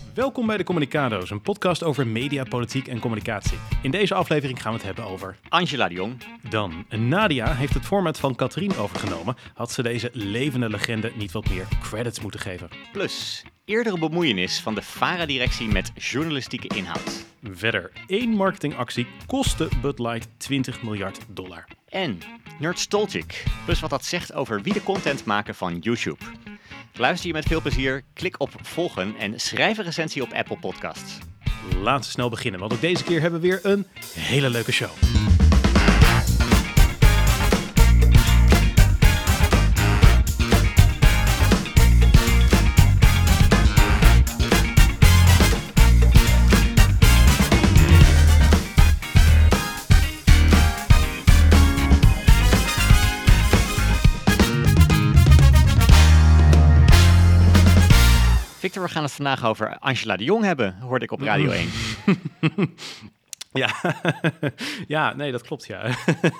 Welkom bij de Communicado's, een podcast over media, politiek en communicatie. In deze aflevering gaan we het hebben over Angela de Jong. Dan, Nadia heeft het format van Catherine overgenomen. Had ze deze levende legende niet wat meer credits moeten geven? Plus, eerdere bemoeienis van de VARA-directie met journalistieke inhoud. Verder, 1 marketingactie kostte Bud Light $20 miljard. En Nerdstoltjik, plus wat dat zegt over wie de content maken van YouTube. Luister je met veel plezier, klik op volgen en schrijf een recensie op Apple Podcasts. Laten we snel beginnen, want ook deze keer hebben we weer een hele leuke show. Victor, we gaan het vandaag over Angela de Jong hebben, hoorde ik op Radio 1. Ja, ja, nee, dat klopt, ja.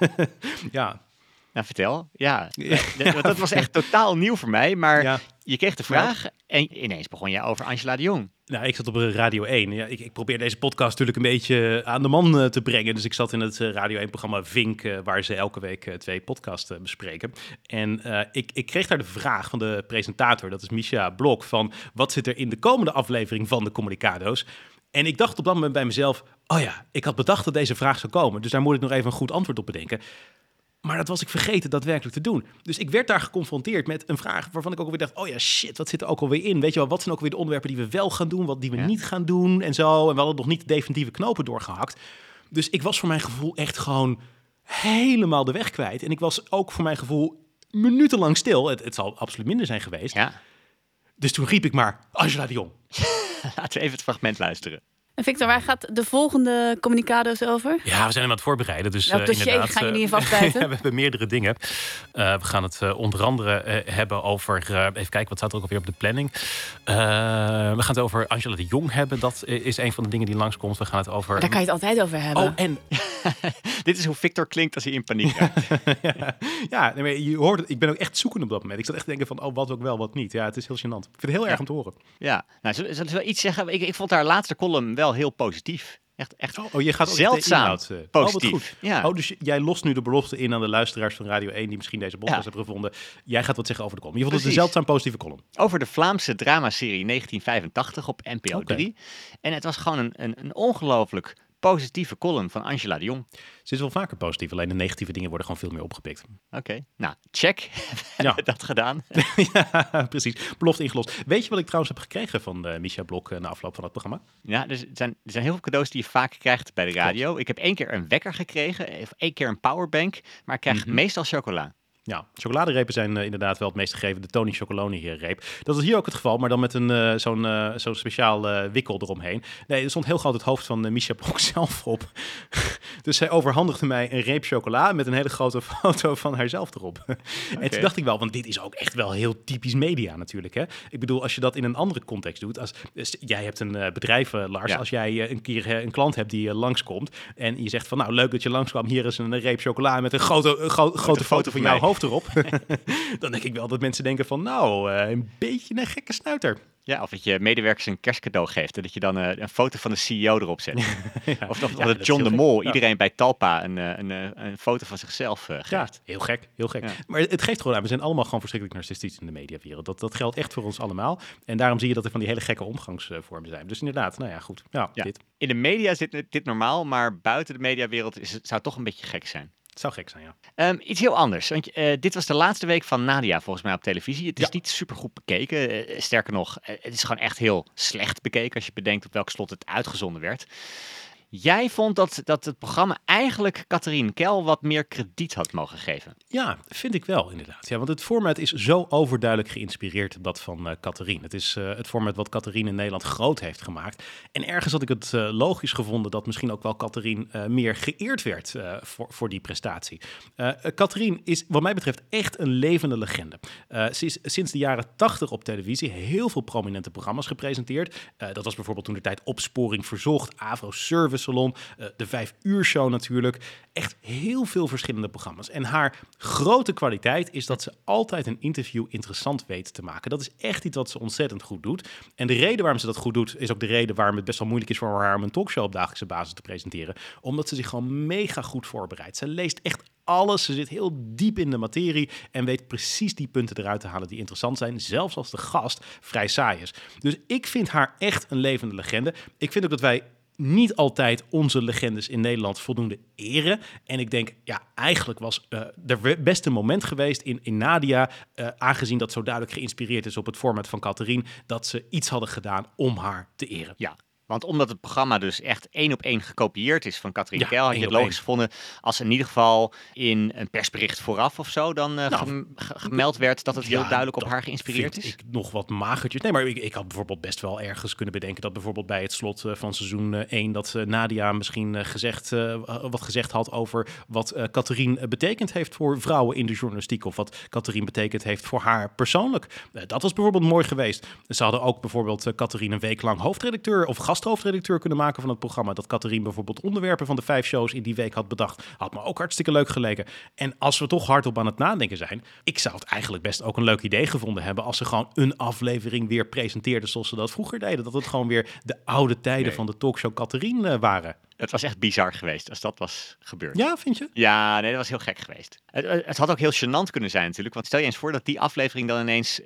Ja. Nou, vertel. Ja, dat was echt totaal nieuw voor mij, maar Ja. je kreeg de vraag en ineens begon je over Angela de Jong. Nou, ik zat op Radio 1. Ja, ik probeer deze podcast natuurlijk een beetje aan de man te brengen. Dus ik zat in het Radio 1-programma Vink, waar ze elke week 2 podcasts bespreken. En ik kreeg daar de vraag van de presentator, dat is Misha Blok, van wat zit er in de komende aflevering van de Communicado's? En ik dacht op dat moment bij mezelf, oh ja, ik had bedacht dat deze vraag zou komen. Dus daar moet ik nog even een goed antwoord op bedenken. Maar dat was ik vergeten daadwerkelijk te doen. Dus ik werd daar geconfronteerd met een vraag waarvan ik ook alweer dacht, oh ja, shit, wat zit er ook alweer in? Weet je wel, wat zijn ook weer de onderwerpen die we wel gaan doen, wat die we niet gaan doen en zo. En we hadden nog niet de definitieve knopen doorgehakt. Dus ik was voor mijn gevoel echt gewoon helemaal de weg kwijt. En ik was ook voor mijn gevoel minutenlang stil. Het zal absoluut minder zijn geweest. Ja. Dus toen riep ik maar, Angela de Jong. Laten we even het fragment luisteren. En Victor, waar gaat de volgende Communicado's over? Ja, we zijn hem aan het voorbereiden. Dus, Welk dossier inderdaad, gaan jullie in vastbijten? Ja, we hebben meerdere dingen. We gaan het onder andere hebben over... even kijken, wat staat er ook alweer op de planning? We gaan het over Angela de Jong hebben. Dat is een van de dingen die langskomt. We gaan het over... Daar kan je het altijd over hebben. Oh, en... Dit is hoe Victor klinkt als hij in paniek raakt. ja, nee, maar je hoort het. Ik ben ook echt zoekend op dat moment. Ik zat echt te denken van, oh, wat ook wel, wat niet. Ja, het is heel gênant. Ik vind het heel erg om te horen. Ja, nou, zullen we wel iets zeggen? Ik vond haar laatste column wel heel positief. Echt Oh, je gaat ook zeldzaam echt de inhoud, positief. wat goed. Ja. Oh, dus jij lost nu de belofte in aan de luisteraars van Radio 1... die misschien deze podcast hebben gevonden. Jij gaat wat zeggen over de column. Je vond het een Precies. zeldzaam positieve column. Over de Vlaamse dramaserie 1985 op NPO 3. En het was gewoon een ongelooflijk positieve column van Angela de Jong. Ze is wel vaker positief, alleen de negatieve dingen worden gewoon veel meer opgepikt. Oké, nou, check. Ja. Dat gedaan. Ja, precies. Belofte ingelost. Weet je wat ik trouwens heb gekregen van Misha Blok na afloop van het programma? Ja, er zijn heel veel cadeaus die je vaak krijgt bij de radio. Ik heb 1 keer een wekker gekregen, 1 keer een powerbank, maar ik krijg meestal chocola. Ja, chocoladerepen zijn inderdaad wel het meest gegeven. De Tony Chocoloni reep. Dat is hier ook het geval, maar dan met een zo'n speciaal wikkel eromheen. Nee, er stond heel groot het hoofd van Misha Blok zelf op. Dus zij overhandigde mij een reep chocola met een hele grote foto van haarzelf erop. En toen dacht ik wel, want dit is ook echt wel heel typisch media natuurlijk. Hè? Ik bedoel, als je dat in een andere context doet. Jij hebt een bedrijf, Lars. Ja. Als jij een keer een klant hebt die langskomt en je zegt van, nou, leuk dat je langskwam. Hier is een reep chocola met een grote foto van jouw hoofd erop. Dan denk ik wel dat mensen denken van, nou, een beetje een gekke snuiter. Ja, of dat je medewerkers een kerstcadeau geeft en dat je dan een foto van de CEO erop zet. Ja. Of Ja, dat is John heel de gek. Mol Ja. iedereen bij Talpa een foto van zichzelf geeft. Ja, heel gek, heel gek. Ja. Maar het geeft gewoon aan, we zijn allemaal gewoon verschrikkelijk narcistisch in de mediawereld. Dat geldt echt voor ons allemaal. En daarom zie je dat er van die hele gekke omgangsvormen zijn. Dus inderdaad, nou ja, goed. Ja, Ja. dit. In de media zit dit normaal, maar buiten de mediawereld zou het toch een beetje gek zijn. Het zou gek zijn, ja. Iets heel anders, want dit was de laatste week van Nadia volgens mij op televisie. Het is niet super goed bekeken. Sterker nog, het is gewoon echt heel slecht bekeken als je bedenkt op welk slot het uitgezonden werd. Jij vond dat het programma eigenlijk Catherine Kell wat meer krediet had mogen geven. Ja, vind ik wel inderdaad. Ja, want het format is zo overduidelijk geïnspireerd dat van Catherine. Het is het format wat Catherine in Nederland groot heeft gemaakt. En ergens had ik het logisch gevonden dat misschien ook wel Catherine meer geëerd werd voor die prestatie. Catherine is wat mij betreft echt een levende legende. Ze is sinds de jaren 80 op televisie heel veel prominente programma's gepresenteerd. Dat was bijvoorbeeld toen de tijd Opsporing Verzocht, Avro Service Salon, de 5 uur show natuurlijk. Echt heel veel verschillende programma's. En haar grote kwaliteit is dat ze altijd een interview interessant weet te maken. Dat is echt iets wat ze ontzettend goed doet. En de reden waarom ze dat goed doet, is ook de reden waarom het best wel moeilijk is voor haar om een talkshow op dagelijkse basis te presenteren. Omdat ze zich gewoon mega goed voorbereidt. Ze leest echt alles. Ze zit heel diep in de materie en weet precies die punten eruit te halen die interessant zijn, zelfs als de gast vrij saai is. Dus ik vind haar echt een levende legende. Ik vind ook dat wij niet altijd onze legendes in Nederland voldoende eren. En ik denk, ja, eigenlijk was er best een moment geweest in Nadia, aangezien dat zo duidelijk geïnspireerd is op het format van Catherine, dat ze iets hadden gedaan om haar te eren. Ja. Want omdat het programma dus echt 1 op 1 gekopieerd is van Catherine Keil, had je het 1 op logisch gevonden als in ieder geval in een persbericht vooraf of zo dan gemeld werd dat het heel duidelijk op haar geïnspireerd is. Ik nog wat magertjes. Nee, maar ik had bijvoorbeeld best wel ergens kunnen bedenken dat bijvoorbeeld bij het slot van seizoen 1 dat Nadia misschien wat gezegd had over wat Catherine betekend heeft voor vrouwen in de journalistiek of wat Catherine betekend heeft voor haar persoonlijk. Dat was bijvoorbeeld mooi geweest. Ze hadden ook bijvoorbeeld Catherine een week lang hoofdredacteur of gasthoofdredacteur kunnen maken van het programma. Dat Catherine bijvoorbeeld onderwerpen van de 5 shows in die week had bedacht. Had me ook hartstikke leuk geleken. En als we toch hardop aan het nadenken zijn, ik zou het eigenlijk best ook een leuk idee gevonden hebben als ze gewoon een aflevering weer presenteerden zoals ze dat vroeger deden. Dat het gewoon weer de oude tijden van de talkshow Catherine waren. Het was echt bizar geweest als dat was gebeurd. Ja, vind je? Ja, nee, dat was heel gek geweest. Het had ook heel gênant kunnen zijn natuurlijk. Want stel je eens voor dat die aflevering dan ineens 700.000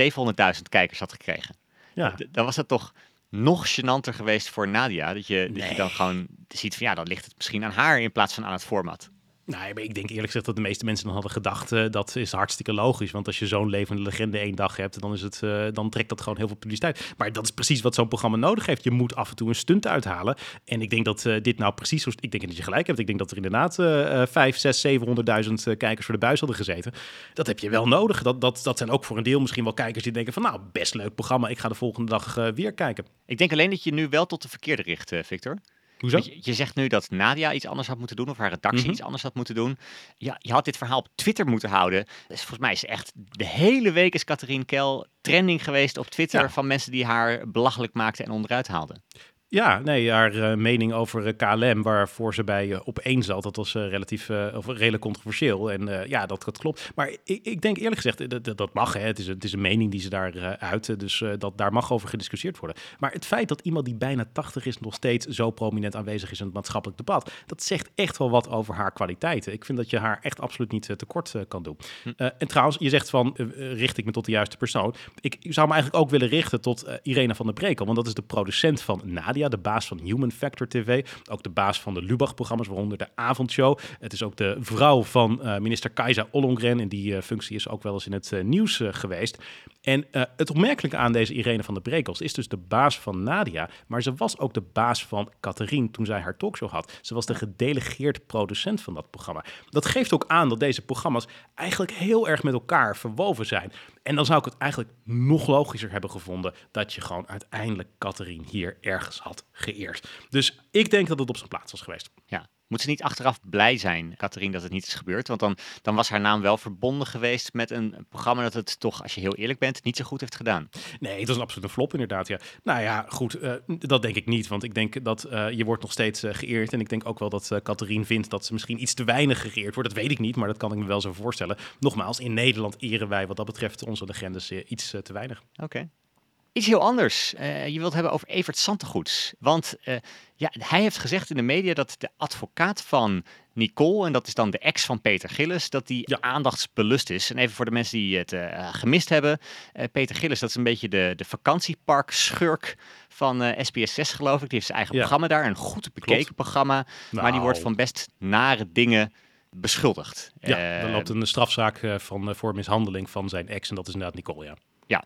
kijkers had gekregen. Ja. Dan was dat toch nog gênanter geweest voor Nadia. Dat je dan gewoon ziet van dan ligt het misschien aan haar in plaats van aan het format. Nee, maar ik denk eerlijk gezegd dat de meeste mensen dan hadden gedacht, dat is hartstikke logisch. Want als je zo'n levende legende 1 dag hebt, dan trekt dat gewoon heel veel publiciteit. Maar dat is precies wat zo'n programma nodig heeft. Je moet af en toe een stunt uithalen. En ik denk dat dit nou precies zo. Ik denk dat je gelijk hebt. Ik denk dat er inderdaad 5, 6, 700.000 kijkers voor de buis hadden gezeten. Dat heb je wel nodig. Dat zijn ook voor een deel misschien wel kijkers die denken van nou, best leuk programma. Ik ga de volgende dag weer kijken. Ik denk alleen dat je nu wel tot de verkeerde richt, Victor. Hoezo? Je zegt nu dat Nadia iets anders had moeten doen of haar redactie iets anders had moeten doen. Ja, je had dit verhaal op Twitter moeten houden. Dus volgens mij is echt de hele week is Catherine Keil trending geweest op Twitter van mensen die haar belachelijk maakten en onderuit haalden. Ja, nee, haar mening over KLM, waarvoor ze bij op 1 zat, dat was redelijk controversieel. En dat klopt. Maar ik denk eerlijk gezegd, dat mag. Hè. Het is een mening die ze daar uiten, dus daar mag over gediscussieerd worden. Maar het feit dat iemand die bijna 80 is nog steeds zo prominent aanwezig is in het maatschappelijk debat, dat zegt echt wel wat over haar kwaliteiten. Ik vind dat je haar echt absoluut niet tekort kan doen. En trouwens, je zegt van, richt ik me tot de juiste persoon. Ik zou me eigenlijk ook willen richten tot Irene van der Brekel, want dat is de producent van Nadia, de baas van Human Factor TV, ook de baas van de Lubach-programma's, waaronder de Avondshow. Het is ook de vrouw van minister Kajsa Ollongren. In die functie is ook wel eens in het nieuws geweest. En het opmerkelijke aan deze Irene van der Brekels is dus de baas van Nadia, maar ze was ook de baas van Catherine toen zij haar talkshow had. Ze was de gedelegeerd producent van dat programma. Dat geeft ook aan dat deze programma's eigenlijk heel erg met elkaar verwoven zijn. En dan zou ik het eigenlijk nog logischer hebben gevonden dat je gewoon uiteindelijk Catherine hier ergens had geëerd. Dus ik denk dat het op zijn plaats was geweest. Ja. Moet ze niet achteraf blij zijn, Catherine, dat het niet is gebeurd? Want dan was haar naam wel verbonden geweest met een programma dat het toch, als je heel eerlijk bent, niet zo goed heeft gedaan. Nee, het was een absolute flop inderdaad. Ja. Nou ja, goed, dat denk ik niet. Want ik denk dat je wordt nog steeds geëerd. En ik denk ook wel dat Catherine vindt dat ze misschien iets te weinig geëerd wordt. Dat weet ik niet, maar dat kan ik me wel zo voorstellen. Nogmaals, in Nederland eren wij wat dat betreft onze legendes iets te weinig. Oké. Iets heel anders. Je wilt hebben over Evert Santegoeds. Want hij heeft gezegd in de media dat de advocaat van Nicole, en dat is dan de ex van Peter Gillis, dat die aandachtsbelust is. En even voor de mensen die het gemist hebben. Peter Gillis, dat is een beetje de vakantiepark-schurk van SBS6, geloof ik. Die heeft zijn eigen programma daar, een goed bekeken programma. Nou. Maar die wordt van best nare dingen beschuldigd. Ja, er loopt een strafzaak voor mishandeling van zijn ex, en dat is inderdaad Nicole, Ja.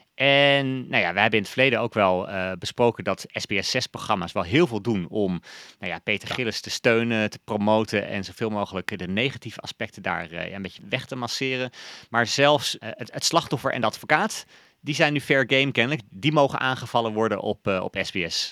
En wij hebben in het verleden ook wel besproken dat SBS6-programma's wel heel veel doen om Peter Gillis te steunen, te promoten en zoveel mogelijk de negatieve aspecten daar een beetje weg te masseren. Maar zelfs het slachtoffer en de advocaat, die zijn nu fair game kennelijk. Die mogen aangevallen worden op SBS.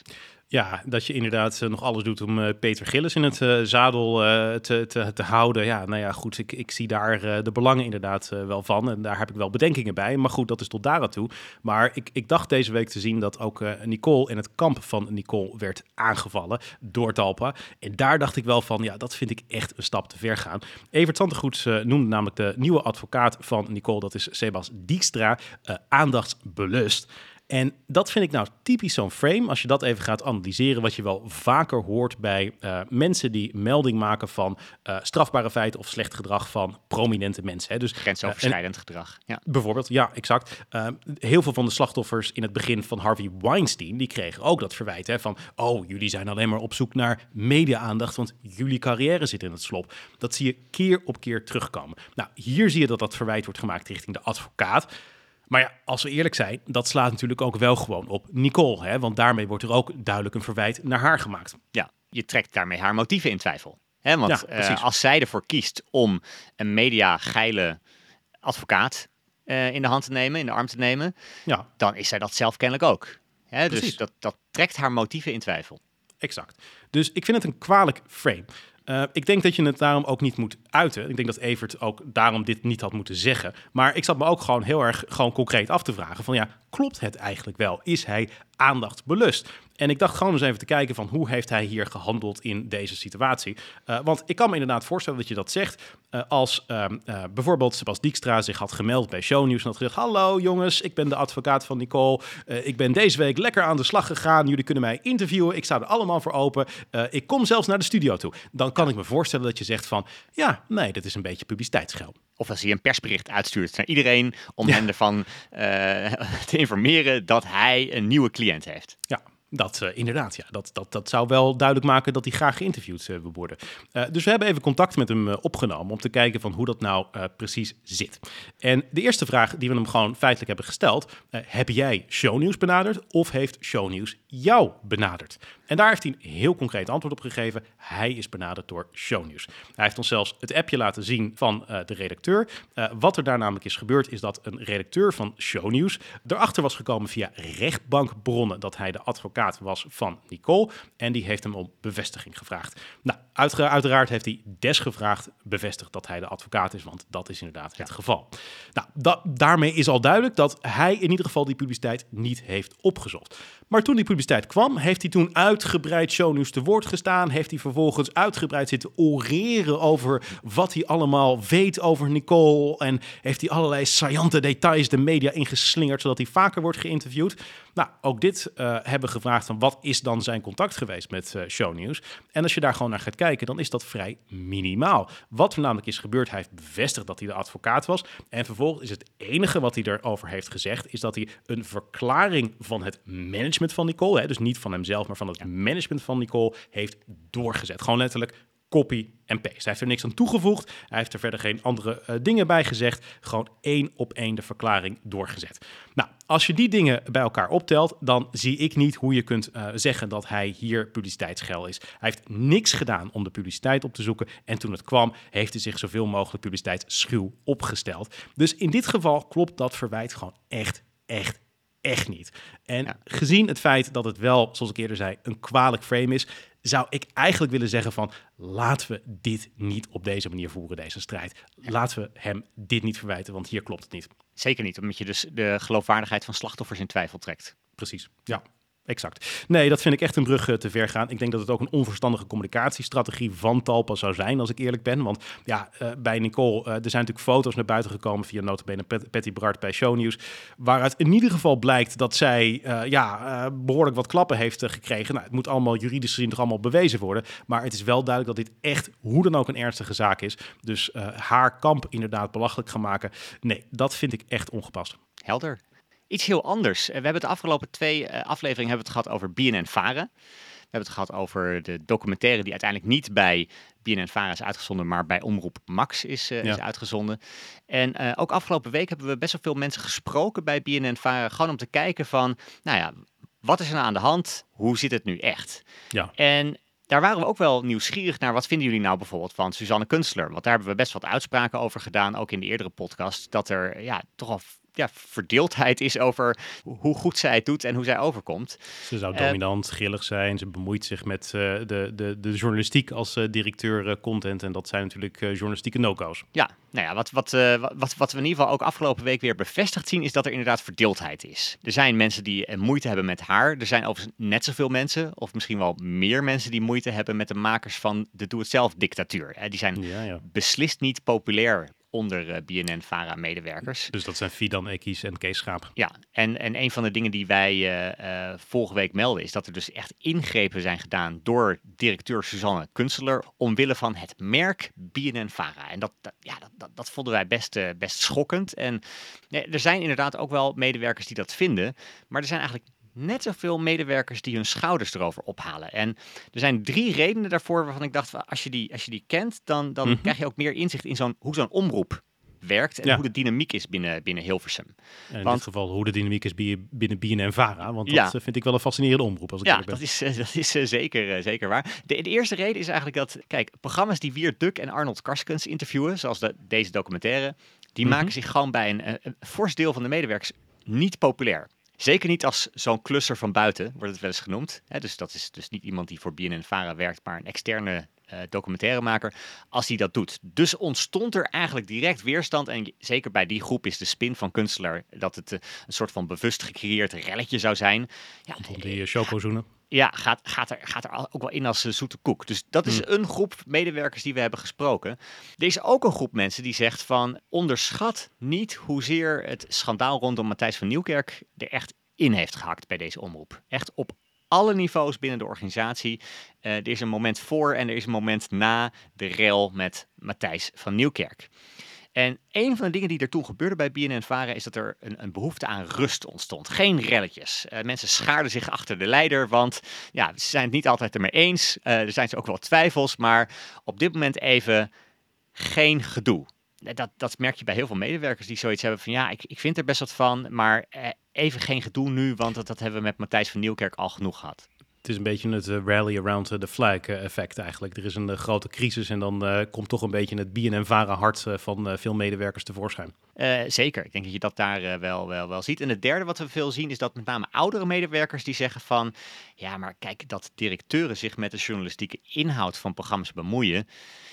Ja, dat je inderdaad nog alles doet om Peter Gillis in het zadel te houden. Ja, nou ja, goed, ik zie daar de belangen inderdaad wel van. En daar heb ik wel bedenkingen bij. Maar goed, dat is tot daar aan toe. Maar ik dacht deze week te zien dat ook Nicole en het kamp van Nicole werd aangevallen door Talpa. En daar dacht ik wel van, ja, dat vind ik echt een stap te ver gaan. Evert Zantegoeds noemde namelijk de nieuwe advocaat van Nicole, dat is Sebas Dijkstra, aandachtsbelust. En dat vind ik nou typisch zo'n frame, als je dat even gaat analyseren, wat je wel vaker hoort bij mensen die melding maken van strafbare feiten of slecht gedrag van prominente mensen. Hè. Dus, grensoverschrijdend gedrag. Ja. Bijvoorbeeld, ja, exact. Heel veel van de slachtoffers in het begin van Harvey Weinstein, die kregen ook dat verwijt, hè, van, oh, jullie zijn alleen maar op zoek naar media-aandacht, want jullie carrière zit in het slop. Dat zie je keer op keer terugkomen. Nou, hier zie je dat dat verwijt wordt gemaakt richting de advocaat. Maar ja, als we eerlijk zijn, dat slaat natuurlijk ook wel gewoon op Nicole. Hè? Want daarmee wordt er ook duidelijk een verwijt naar haar gemaakt. Ja, je trekt daarmee haar motieven in twijfel. Hè? Want Ja, als zij ervoor kiest om een media-geile advocaat in de hand te nemen, in de arm te nemen, Ja, dan is zij dat zelf kennelijk ook. Hè? Dus Precies. dat trekt haar motieven in twijfel. exact. Dus ik vind het een kwalijk frame. Ik denk dat je het daarom ook niet moet uiten. Ik denk dat Evert ook daarom dit niet had moeten zeggen. Maar ik zat me ook gewoon heel erg concreet af te vragen van, ja, klopt het eigenlijk wel? Is hij aandachtsbelust? En ik dacht gewoon eens even te kijken van, hoe heeft hij hier gehandeld in deze situatie? Want ik kan me inderdaad voorstellen dat je dat zegt als bijvoorbeeld Sebas Dijkstra zich had gemeld bij Shownieuws en had gezegd, hallo jongens, ik ben de advocaat van Nicole. Ik ben deze week lekker aan de slag gegaan. Jullie kunnen mij interviewen. Ik sta er allemaal voor open. Ik kom zelfs naar de studio toe. Dan kan ik me voorstellen dat je zegt van, ja, nee, dit is een beetje publiciteitsschel. Of als hij een persbericht uitstuurt naar iedereen om hen ervan te informeren dat hij een nieuwe cliënt heeft. Ja. Dat inderdaad, ja. Dat zou wel duidelijk maken dat hij graag geïnterviewd wil worden. Dus we hebben even contact met hem opgenomen om te kijken van hoe dat nou precies zit. En de eerste vraag die we hem gewoon feitelijk hebben gesteld, heb jij Shownieuws benaderd of heeft Shownieuws jou benaderd? En daar heeft hij een heel concreet antwoord op gegeven. Hij is benaderd door Shownieuws. Hij heeft ons zelfs het appje laten zien van de redacteur. Wat er daar namelijk is gebeurd, is dat een redacteur van Shownieuws erachter was gekomen via rechtbankbronnen dat hij de advocaat was van Nicole. En die heeft hem om bevestiging gevraagd. Nou, uiteraard heeft hij desgevraagd bevestigd dat hij de advocaat is, want dat is inderdaad het geval. Nou, daarmee is al duidelijk dat hij in ieder geval die publiciteit niet heeft opgezocht. Maar toen die publiciteit kwam, heeft hij toen uitgebreid Shownieuws te woord gestaan. Heeft hij vervolgens uitgebreid zitten oreren over wat hij allemaal weet over Nicole. En heeft hij allerlei saillante details de media ingeslingerd, zodat hij vaker wordt geïnterviewd. Nou, ook dit hebben we gevraagd van wat is dan zijn contact geweest met Shownieuws. En als je daar gewoon naar gaat kijken, dan is dat vrij minimaal. Wat er namelijk is gebeurd, hij heeft bevestigd dat hij de advocaat was. En vervolgens is het enige wat hij erover heeft gezegd, is dat hij een verklaring van het management van Nicole, dus niet van hemzelf, maar van het management van Nicole, heeft doorgezet. Gewoon letterlijk copy en paste. Hij heeft er niks aan toegevoegd. Hij heeft er verder geen andere dingen bij gezegd. Gewoon 1 op 1 de verklaring doorgezet. Nou, als je die dingen bij elkaar optelt, dan zie ik niet hoe je kunt zeggen dat hij hier publiciteitsgeil is. Hij heeft niks gedaan om de publiciteit op te zoeken. En toen het kwam, heeft hij zich zoveel mogelijk publiciteitsschuw opgesteld. Dus in dit geval klopt dat verwijt gewoon echt niet. En gezien het feit dat het wel, zoals ik eerder zei, een kwalijk frame is, zou ik eigenlijk willen zeggen van, laten we dit niet op deze manier voeren, deze strijd. Laten we hem dit niet verwijten, want hier klopt het niet. Zeker niet, omdat je dus de geloofwaardigheid van slachtoffers in twijfel trekt. Precies, ja. Exact. Nee, dat vind ik echt een brug te ver gaan. Ik denk dat het ook een onverstandige communicatiestrategie van Talpa zou zijn, als ik eerlijk ben. Want ja, bij Nicole, er zijn natuurlijk foto's naar buiten gekomen via nota bene Patty Bart bij Shownieuws, waaruit in ieder geval blijkt dat zij behoorlijk wat klappen heeft gekregen. Nou, het moet allemaal juridisch gezien toch allemaal bewezen worden. Maar het is wel duidelijk dat dit echt hoe dan ook een ernstige zaak is. Dus haar kamp inderdaad belachelijk gaan maken. Nee, dat vind ik echt ongepast. Helder. Iets heel anders. We hebben het de afgelopen 2 afleveringen hebben we het gehad over BNN-Vara. We hebben het gehad over de documentaire die uiteindelijk niet bij BNN-Vara is uitgezonden, maar bij Omroep Max is uitgezonden. En ook afgelopen week hebben we best wel veel mensen gesproken bij BNN-Vara, gewoon om te kijken van, nou ja, wat is er nou aan de hand? Hoe zit het nu echt? Ja. En daar waren we ook wel nieuwsgierig naar. Wat vinden jullie nou bijvoorbeeld van Suzanne Kunstler? Want daar hebben we best wat uitspraken over gedaan, ook in de eerdere podcast, dat er toch al verdeeldheid is over hoe goed zij het doet en hoe zij overkomt. Ze zou dominant, grillig zijn. Ze bemoeit zich met de journalistiek als directeur content. En dat zijn natuurlijk journalistieke no-go's. Ja, nou ja, wat we in ieder geval ook afgelopen week weer bevestigd zien, is dat er inderdaad verdeeldheid is. Er zijn mensen die moeite hebben met haar. Er zijn overigens net zoveel mensen, of misschien wel meer mensen, die moeite hebben met de makers van de doe-het-zelf-dictatuur. Die zijn beslist niet populair onder BNN-VARA-medewerkers. Dus dat zijn Fidan Ekies en Kees Schaap. Ja, en een van de dingen die wij vorige week melden is dat er dus echt ingrepen zijn gedaan door directeur Suzanne Kunstler omwille van het merk BNN-VARA. En dat vonden wij best schokkend. En er zijn inderdaad ook wel medewerkers die dat vinden, maar er zijn eigenlijk net zoveel medewerkers die hun schouders erover ophalen. En er zijn 3 redenen daarvoor waarvan ik dacht, als je die kent, dan krijg je ook meer inzicht in hoe zo'n omroep werkt en hoe de dynamiek is binnen Hilversum. En in dit geval hoe de dynamiek is binnen BNN-VARA, want dat vind ik wel een fascinerende omroep. Als ik dat is zeker waar. De eerste reden is eigenlijk dat, kijk, programma's die Wiert Duk en Arnold Karskens interviewen, zoals deze documentaire, die maken zich gewoon bij een fors deel van de medewerkers niet populair. Zeker niet als zo'n klusser van buiten, wordt het wel eens genoemd. Dus dat is dus niet iemand die voor BNN-VARA werkt, maar een externe documentairemaker, als hij dat doet. Dus ontstond er eigenlijk direct weerstand. En zeker bij die groep is de spin van Kunstler dat het een soort van bewust gecreëerd relletje zou zijn. Ja, om die chocozoenen. Ja, gaat er ook wel in als zoete koek. Dus dat is een groep medewerkers die we hebben gesproken. Er is ook een groep mensen die zegt van, onderschat niet hoezeer het schandaal rondom Matthijs van Nieuwkerk er echt in heeft gehakt bij deze omroep. Echt op alle niveaus binnen de organisatie. Er is een moment voor en er is een moment na de rel met Matthijs van Nieuwkerk. En een van de dingen die er toen gebeurde bij BNN-VARA is dat er een behoefte aan rust ontstond. Geen relletjes. Mensen schaarden zich achter de leider, want ze zijn het niet altijd ermee eens. Er zijn ook wel twijfels, maar op dit moment even geen gedoe. Dat merk je bij heel veel medewerkers die zoiets hebben van ik vind er best wat van, maar even geen gedoe nu, want dat hebben we met Matthijs van Nieuwkerk al genoeg gehad. Het is een beetje het rally around the flag effect eigenlijk. Er is een grote crisis en dan komt toch een beetje het BNN-VARA hart van veel medewerkers tevoorschijn. Zeker, ik denk dat je dat daar wel ziet. En het derde wat we veel zien is dat met name oudere medewerkers die zeggen van, ja maar kijk, dat directeuren zich met de journalistieke inhoud van programma's bemoeien,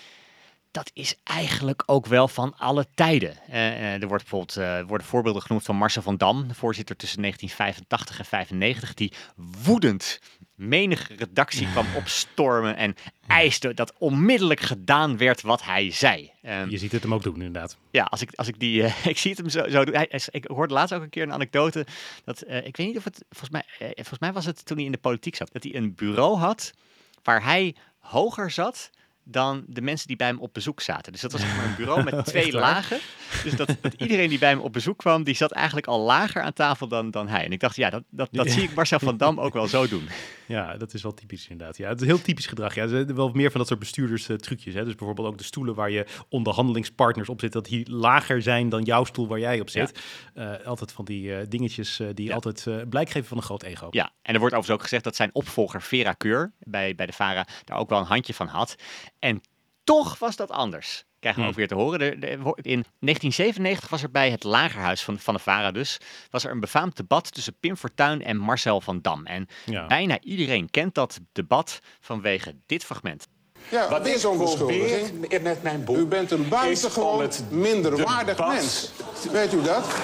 dat is eigenlijk ook wel van alle tijden. Er worden voorbeelden genoemd van Marcel van Dam, de voorzitter tussen 1985 en 1995, die woedend menige redactie kwam opstormen en eiste dat onmiddellijk gedaan werd wat hij zei. Je ziet het hem ook doen, inderdaad. Ja, als ik die, ik zie het hem zo doen. Ik hoorde laatst ook een keer een anekdote dat, ik weet niet of het, volgens mij was het toen hij in de politiek zat, dat hij een bureau had waar hij hoger zat dan de mensen die bij hem op bezoek zaten. Dus dat was zeg maar een bureau met 2 lagen. Dus dat iedereen die bij hem op bezoek kwam, die zat eigenlijk al lager aan tafel dan hij. En ik dacht, dat zie ik Marcel van Dam ook wel zo doen. Ja, dat is wel typisch inderdaad. Ja, het is heel typisch gedrag. Ja, er zijn wel meer van dat soort bestuurders trucjes. Hè? Dus bijvoorbeeld ook de stoelen waar je onderhandelingspartners op zitten, dat die lager zijn dan jouw stoel waar jij op zit. Ja. Altijd van die dingetjes die altijd blijk geven van een groot ego. Ja, en er wordt overigens ook gezegd dat zijn opvolger Vera Keur bij de VARA daar ook wel een handje van had. En toch was dat anders. Krijgen we ook weer te horen. In 1997 was er bij het Lagerhuis van de VARA dus, was er een befaamd debat tussen Pim Fortuyn en Marcel van Dam. En bijna iedereen kent dat debat vanwege dit fragment. Ja, wat is onbeschuldiging met mijn boek? U bent een buitengewoon minderwaardig mens. Weet u dat?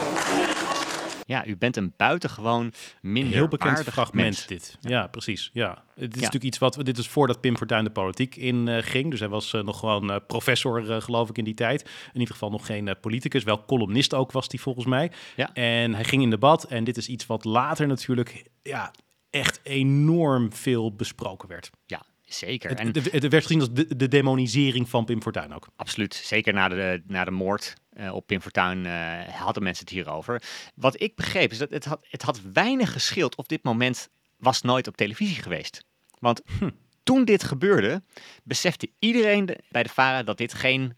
Ja, u bent een buitengewoon minderwaardig heel bekend fragment mens. Dit. Ja, precies. Ja. Het is natuurlijk iets dit is voordat Pim Fortuyn de politiek in ging. Dus hij was nog gewoon professor, geloof ik, in die tijd. In ieder geval nog geen politicus. Wel columnist ook was hij volgens mij. Ja. En hij ging in debat. En dit is iets wat later natuurlijk echt enorm veel besproken werd. Ja. Zeker. Het werd gezien als de demonisering van Pim Fortuyn ook. Absoluut. Zeker na de moord op Pim Fortuyn hadden mensen het hierover. Wat ik begreep is dat het had weinig gescheeld of dit moment was nooit op televisie geweest. Want toen dit gebeurde, besefte iedereen bij de VARA dat dit geen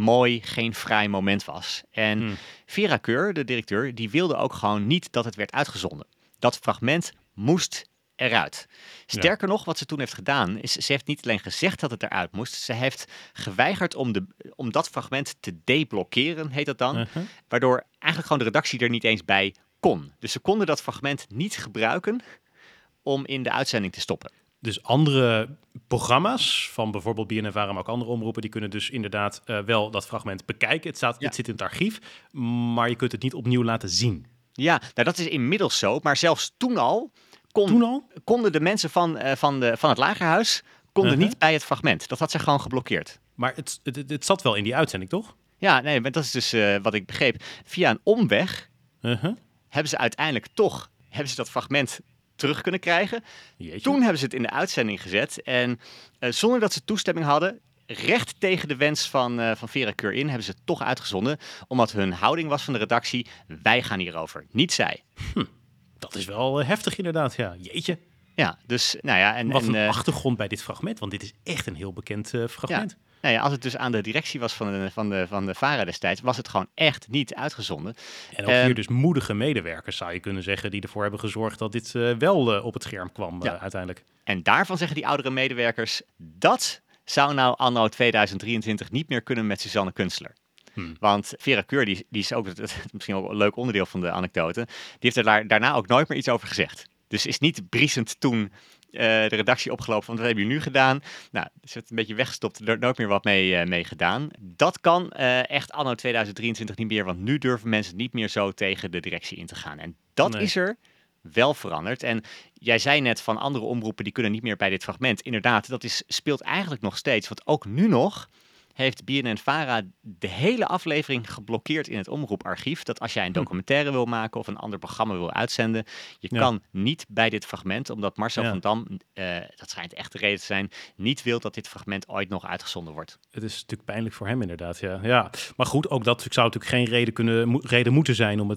fraai moment was. En Vera Keur, de directeur, die wilde ook gewoon niet dat het werd uitgezonden. Dat fragment moest eruit. Sterker nog, wat ze toen heeft gedaan, is ze heeft niet alleen gezegd dat het eruit moest, ze heeft geweigerd om dat fragment te deblokkeren, heet dat dan, waardoor eigenlijk gewoon de redactie er niet eens bij kon. Dus ze konden dat fragment niet gebruiken om in de uitzending te stoppen. Dus andere programma's van bijvoorbeeld BNNVARA, maar ook andere omroepen, die kunnen dus inderdaad wel dat fragment bekijken. Het zit in het archief, maar je kunt het niet opnieuw laten zien. Ja, nou dat is inmiddels zo, maar zelfs toen al konden de mensen van het Lagerhuis niet bij het fragment. Dat had ze gewoon geblokkeerd. Maar het zat wel in die uitzending, toch? Ja, nee, maar dat is dus wat ik begreep. Via een omweg hebben ze uiteindelijk toch dat fragment terug kunnen krijgen. Jeetje. Toen hebben ze het in de uitzending gezet. En zonder dat ze toestemming hadden, recht tegen de wens van Vera Keur hebben ze het toch uitgezonden. Omdat hun houding was van de redactie, wij gaan hierover, niet zij. Dat is wel heftig inderdaad, ja. Jeetje. Ja, dus nou ja. Wat een achtergrond bij dit fragment, want dit is echt een heel bekend fragment. Ja. Nou ja, als het dus aan de directie was van de VARA destijds, was het gewoon echt niet uitgezonden. En ook hier dus moedige medewerkers, zou je kunnen zeggen, die ervoor hebben gezorgd dat dit wel op het scherm kwam uiteindelijk. En daarvan zeggen die oudere medewerkers, dat zou nou anno 2023 niet meer kunnen met Suzanne Kunstler. Want Vera Keur, die is ook, dat misschien ook een leuk onderdeel van de anekdote, die heeft er daarna ook nooit meer iets over gezegd. Dus is niet briesend toen de redactie opgelopen van wat hebben jullie nu gedaan? Nou, ze heeft een beetje weggestopt, er nooit meer wat mee gedaan. Dat kan echt anno 2023 niet meer, want nu durven mensen niet meer zo tegen de directie in te gaan. En dat is er wel veranderd. En jij zei net van andere omroepen, die kunnen niet meer bij dit fragment. Inderdaad, dat speelt eigenlijk nog steeds, want ook nu nog heeft BNN-VARA de hele aflevering geblokkeerd in het omroeparchief. Dat als jij een documentaire wil maken of een ander programma wil uitzenden, je kan niet bij dit fragment, omdat Marcel van Dam, dat schijnt echt de reden te zijn, niet wil dat dit fragment ooit nog uitgezonden wordt. Het is natuurlijk pijnlijk voor hem inderdaad, ja. Maar goed, ook dat zou natuurlijk geen reden moeten zijn om het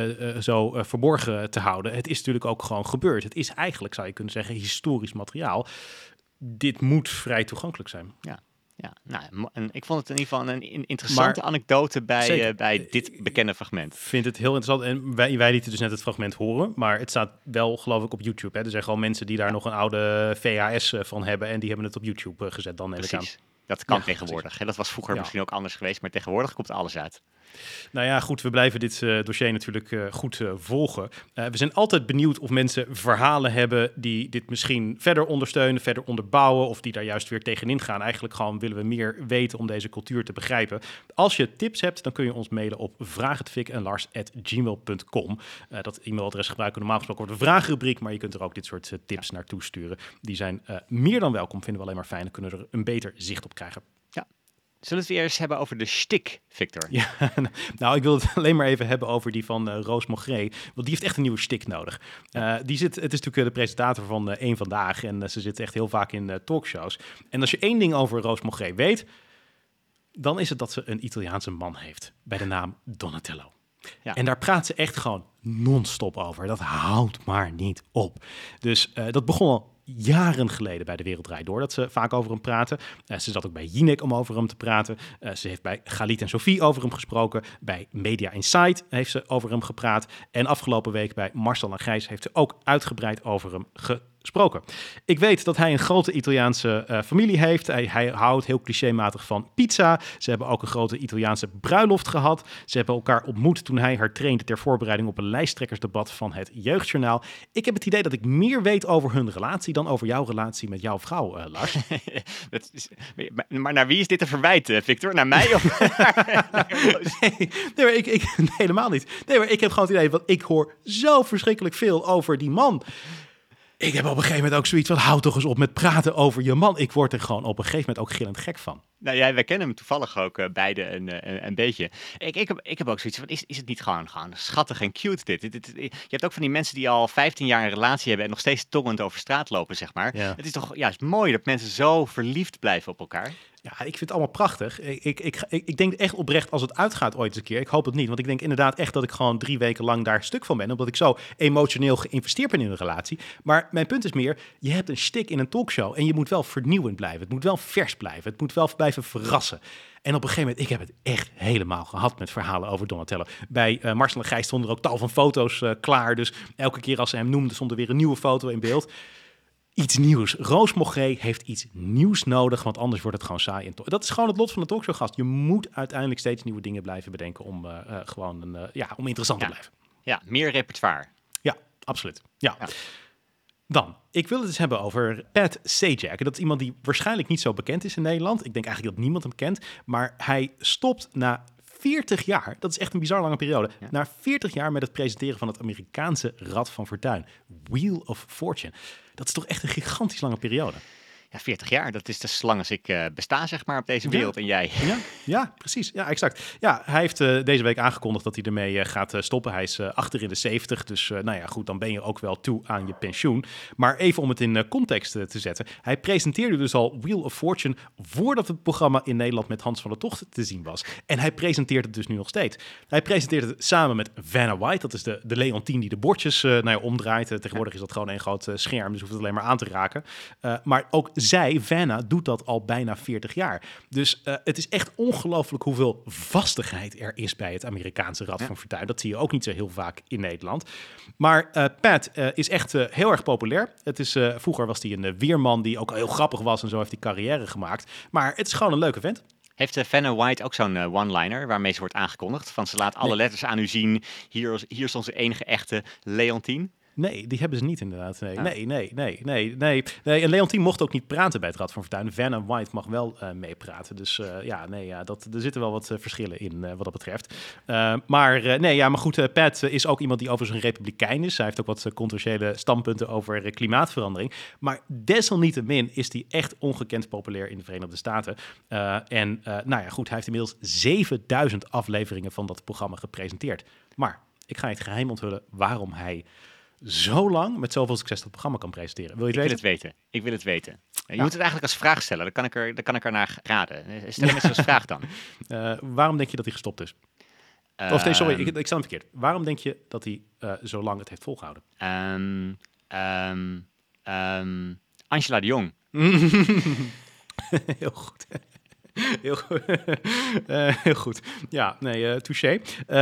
zo verborgen te houden. Het is natuurlijk ook gewoon gebeurd. Het is eigenlijk, zou je kunnen zeggen, historisch materiaal. Dit moet vrij toegankelijk zijn. Ja, nou, en ik vond het in ieder geval een interessante anekdote bij dit bekende fragment. Ik vind het heel interessant. En wij lieten dus net het fragment horen, maar het staat wel, geloof ik, op YouTube. Hè? Er zijn gewoon mensen die daar nog een oude VHS van hebben en die hebben het op YouTube gezet. Dan neem ik aan. Dat kan tegenwoordig. Hè? Dat was vroeger misschien ook anders geweest, maar tegenwoordig komt alles uit. Nou ja, goed, we blijven dit dossier natuurlijk goed volgen. We zijn altijd benieuwd of mensen verhalen hebben die dit misschien verder ondersteunen, verder onderbouwen, of die daar juist weer tegenin gaan. Eigenlijk gewoon willen we meer weten om deze cultuur te begrijpen. Als je tips hebt, dan kun je ons mailen op vraaghetvikenlars@gmail.com. Dat e-mailadres gebruiken we normaal gesproken voor de vragenrubriek, maar je kunt er ook dit soort tips naartoe sturen. Die zijn meer dan welkom, vinden we alleen maar fijn. Dan kunnen we er een beter zicht op krijgen. Ja. Zullen we het weer eens hebben over de shtick, Victor? Ja, nou, ik wil het alleen maar even hebben over die van Roos Mogré. Want die heeft echt een nieuwe shtick nodig. Het is natuurlijk de presentator van Eén Vandaag. En ze zit echt heel vaak in talkshows. En als je één ding over Roos Mogré weet, dan is het dat ze een Italiaanse man heeft. Bij de naam Donatello. Ja. En daar praat ze echt gewoon non-stop over. Dat houdt maar niet op. Dus dat begon al jaren geleden bij De Wereld Draait Door, dat ze vaak over hem praten. Ze zat ook bij Jinek om over hem te praten. Ze heeft bij Galit en Sophie over hem gesproken. Bij Media Insight heeft ze over hem gepraat. En afgelopen week bij Marcel en Gijs heeft ze ook uitgebreid over hem gesproken. Ik weet dat hij een grote Italiaanse familie heeft. Hij houdt heel clichématig van pizza. Ze hebben ook een grote Italiaanse bruiloft gehad. Ze hebben elkaar ontmoet toen hij haar trainde ter voorbereiding op een lijsttrekkersdebat van het Jeugdjournaal. Ik heb het idee dat ik meer weet over hun relatie dan over jouw relatie met jouw vrouw, Lars. Maar naar wie is dit een verwijt, Victor? Naar mij? Of nee, maar ik helemaal niet. Nee, maar ik heb gewoon het idee, want ik hoor zo verschrikkelijk veel over die man. Ik heb op een gegeven moment ook zoiets van, hou toch eens op met praten over je man. Ik word er gewoon op een gegeven moment ook gillend gek van. Nou ja, wij kennen hem toevallig ook beide een beetje. Ik heb ook zoiets van, is het niet gewoon schattig en cute dit? Je hebt ook van die mensen die al 15 jaar een relatie hebben en nog steeds tongend over straat lopen, zeg maar. Ja. Het is toch juist mooi dat mensen zo verliefd blijven op elkaar. Ja, ik vind het allemaal prachtig. Ik denk echt oprecht als het uitgaat ooit eens een keer. Ik hoop het niet, want ik denk inderdaad echt dat ik gewoon 3 weken lang daar stuk van ben. Omdat ik zo emotioneel geïnvesteerd ben in een relatie. Maar mijn punt is meer, je hebt een shtick in een talkshow en je moet wel vernieuwend blijven. Het moet wel vers blijven. Het moet wel bij blijven verrassen. En op een gegeven moment, ik heb het echt helemaal gehad met verhalen over Donatello. Bij Marcel en Gijs stonden er ook tal van foto's klaar. Dus elke keer als ze hem noemden, stond er weer een nieuwe foto in beeld. Iets nieuws. Roos Mogré heeft iets nieuws nodig, want anders wordt het gewoon saai. En dat is gewoon het lot van de talkshowgast. Je moet uiteindelijk steeds nieuwe dingen blijven bedenken om om interessant te blijven. Ja, meer repertoire. Ja, absoluut. Ja. Dan, ik wil het eens hebben over Pat Sajak. Dat is iemand die waarschijnlijk niet zo bekend is in Nederland. Ik denk eigenlijk dat niemand hem kent. Maar hij stopt na 40 jaar, dat is echt een bizar lange periode, na 40 jaar met het presenteren van het Amerikaanse Rad van Fortuin. Wheel of Fortune. Dat is toch echt een gigantisch lange periode. Ja, 40 jaar, dat is dus lang als ik besta, zeg maar, op deze wereld. En jij? Ja, precies. Ja, exact. Ja, hij heeft deze week aangekondigd dat hij ermee gaat stoppen. Hij is achter in de 70, dus goed, dan ben je ook wel toe aan je pensioen. Maar even om het in context te zetten. Hij presenteerde dus al Wheel of Fortune voordat het programma in Nederland met Hans van der Togt te zien was. En hij presenteert het dus nu nog steeds. Hij presenteert het samen met Vanna White, dat is de Leontien die de bordjes omdraait. Tegenwoordig is dat gewoon een groot scherm, dus hoeft het alleen maar aan te raken. Maar ook Vanna, doet dat al bijna 40 jaar. Dus het is echt ongelooflijk hoeveel vastigheid er is bij het Amerikaanse Rad van Fortuin. Dat zie je ook niet zo heel vaak in Nederland. Maar Pat is echt heel erg populair. Het is, vroeger was hij een weerman die ook heel grappig was en zo heeft hij carrière gemaakt. Maar het is gewoon een leuke vent. Heeft Vanna White ook zo'n one-liner waarmee ze wordt aangekondigd? Van ze laat alle letters aan u zien. Hier is onze enige echte Leontien. Nee, die hebben ze niet inderdaad. Nee. En Leontien mocht ook niet praten bij het Rad van Fortuin. Vanna White mag wel meepraten. Dus er zitten wel wat verschillen in wat dat betreft. Maar goed, Pat is ook iemand die overigens een republikein is. Hij heeft ook wat controversiële standpunten over klimaatverandering. Maar desalniettemin is hij echt ongekend populair in de Verenigde Staten. Hij heeft inmiddels 7000 afleveringen van dat programma gepresenteerd. Maar ik ga je het geheim onthullen waarom hij zo lang met zoveel succes dat programma kan presenteren. Wil je het weten? Ik wil het weten. Je moet het eigenlijk als vraag stellen. Dan kan ik er naar raden. Stel hem eens als vraag dan. Waarom denk je dat hij gestopt is? Ik stel hem verkeerd. Waarom denk je dat hij zo lang het heeft volgehouden? Angela de Jong. Heel goed. Heel goed. Ja, nee, touché.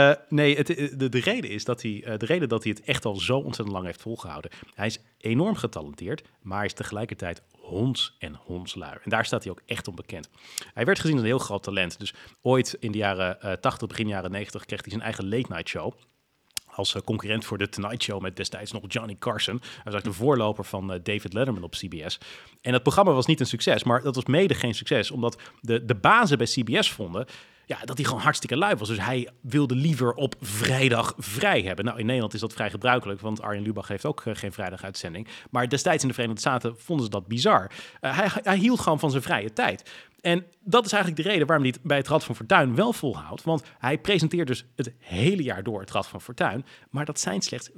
De reden is dat hij het echt al zo ontzettend lang heeft volgehouden. Hij is enorm getalenteerd, maar hij is tegelijkertijd hondsluier. En daar staat hij ook echt onbekend. Hij werd gezien als een heel groot talent. Dus ooit in de jaren 80, begin jaren 90 kreeg hij zijn eigen late night show. Als concurrent voor de Tonight Show met destijds nog Johnny Carson. Hij was eigenlijk de voorloper van David Letterman op CBS. En dat programma was niet een succes, maar dat was mede geen succes. Omdat de bazen bij CBS vonden dat hij gewoon hartstikke lui was. Dus hij wilde liever op vrijdag vrij hebben. Nou, in Nederland is dat vrij gebruikelijk, want Arjen Lubach heeft ook geen vrijdaguitzending. Maar destijds in de Verenigde Staten vonden ze dat bizar. Hij hield gewoon van zijn vrije tijd. En dat is eigenlijk de reden waarom hij het bij het Rad van Fortuin wel volhoudt. Want hij presenteert dus het hele jaar door het Rad van Fortuin. Maar dat zijn slechts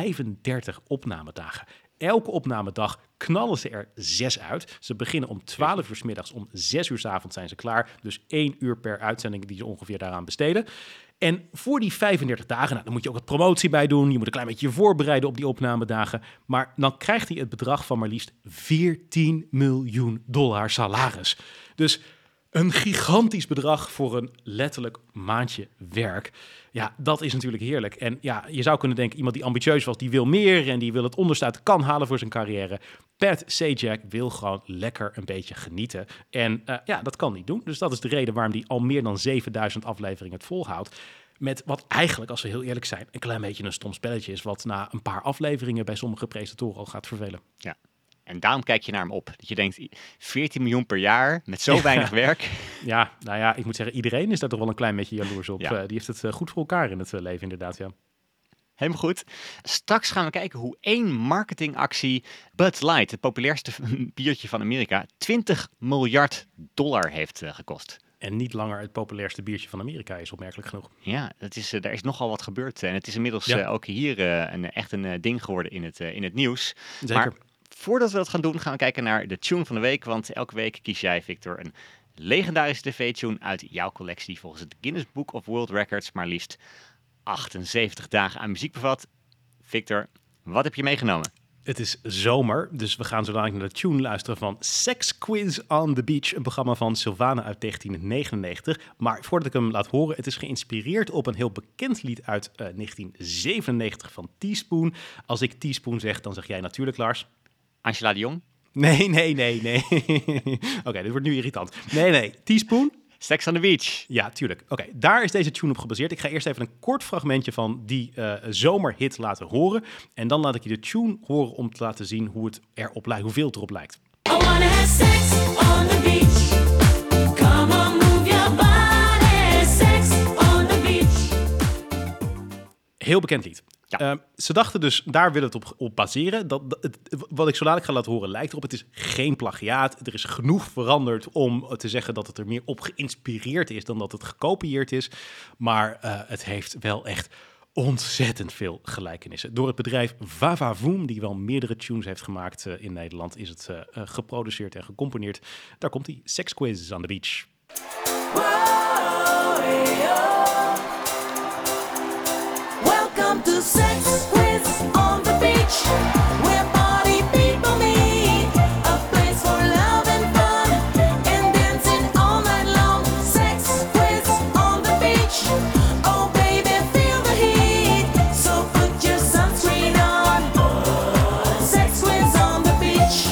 35 opnamedagen. Elke opnamedag knallen ze er 6 uit. Ze beginnen om 12 uur 's middags, om 6 uur 's avonds zijn ze klaar. Dus 1 uur per uitzending die ze ongeveer daaraan besteden. En voor die 35 dagen, dan moet je ook wat promotie bij doen. Je moet een klein beetje je voorbereiden op die opnamedagen. Maar dan krijgt hij het bedrag van maar liefst $14 miljoen salaris. Dus een gigantisch bedrag voor een letterlijk maandje werk. Ja, dat is natuurlijk heerlijk. En ja, je zou kunnen denken, iemand die ambitieus was, die wil meer en die wil het onderste uit de kan halen voor zijn carrière. Pat Sajak wil gewoon lekker een beetje genieten. En dat kan hij doen. Dus dat is de reden waarom hij al meer dan 7000 afleveringen het volhoudt. Met wat eigenlijk, als we heel eerlijk zijn, een klein beetje een stom spelletje is, wat na een paar afleveringen bij sommige presentatoren al gaat vervelen. Ja. En daarom kijk je naar hem op. Dat je denkt, 14 miljoen per jaar met zo weinig werk. Ja, nou ja, ik moet zeggen, iedereen is daar toch wel een klein beetje jaloers op. Ja. Die heeft het goed voor elkaar in het leven, inderdaad, ja. Helemaal goed. Straks gaan we kijken hoe 1 marketingactie Bud Light, het populairste biertje van Amerika, $20 miljard heeft gekost. En niet langer het populairste biertje van Amerika is, opmerkelijk genoeg. Ja, daar is nogal wat gebeurd. En het is inmiddels ook hier echt een ding geworden in het nieuws. Zeker. Maar voordat we dat gaan doen, gaan we kijken naar de tune van de week. Want elke week kies jij, Victor, een legendarische tv-tune uit jouw collectie die volgens het Guinness Book of World Records maar liefst 78 dagen aan muziek bevat. Victor, wat heb je meegenomen? Het is zomer, dus we gaan zo dadelijk naar de tune luisteren van Sex Quiz on the Beach, een programma van Sylvana uit 1999. Maar voordat ik hem laat horen, het is geïnspireerd op een heel bekend lied uit 1997 van Teaspoon. Als ik Teaspoon zeg, dan zeg jij natuurlijk, Lars. Angela de Jong? Nee. Oké, dit wordt nu irritant. Nee, Teaspoon. Sex on the Beach. Ja, tuurlijk. Oké, daar is deze tune op gebaseerd. Ik ga eerst even een kort fragmentje van die zomerhit laten horen. En dan laat ik je de tune horen om te laten zien hoe het erop lijkt, hoeveel het erop lijkt. I wanna have sex on the beach. Come on, move your body. Sex on the beach. Heel bekend lied. Ja. Ze dachten dus, daar willen we het op baseren. Wat ik zo dadelijk ga laten horen lijkt erop. Het is geen plagiaat. Er is genoeg veranderd om te zeggen dat het er meer op geïnspireerd is dan dat het gekopieerd is. Maar het heeft wel echt ontzettend veel gelijkenissen. Door het bedrijf Vavavoom, die wel meerdere tunes heeft gemaakt in Nederland, is het geproduceerd en gecomponeerd. Daar komt die Sex Quiz on the Beach. Welcome to Sex Quiz on the Beach, where party people meet. A place for love and fun and dancing all night long. Sex Quiz on the beach. Oh baby, feel the heat. So put your sunscreen on. Sex Quiz on the beach.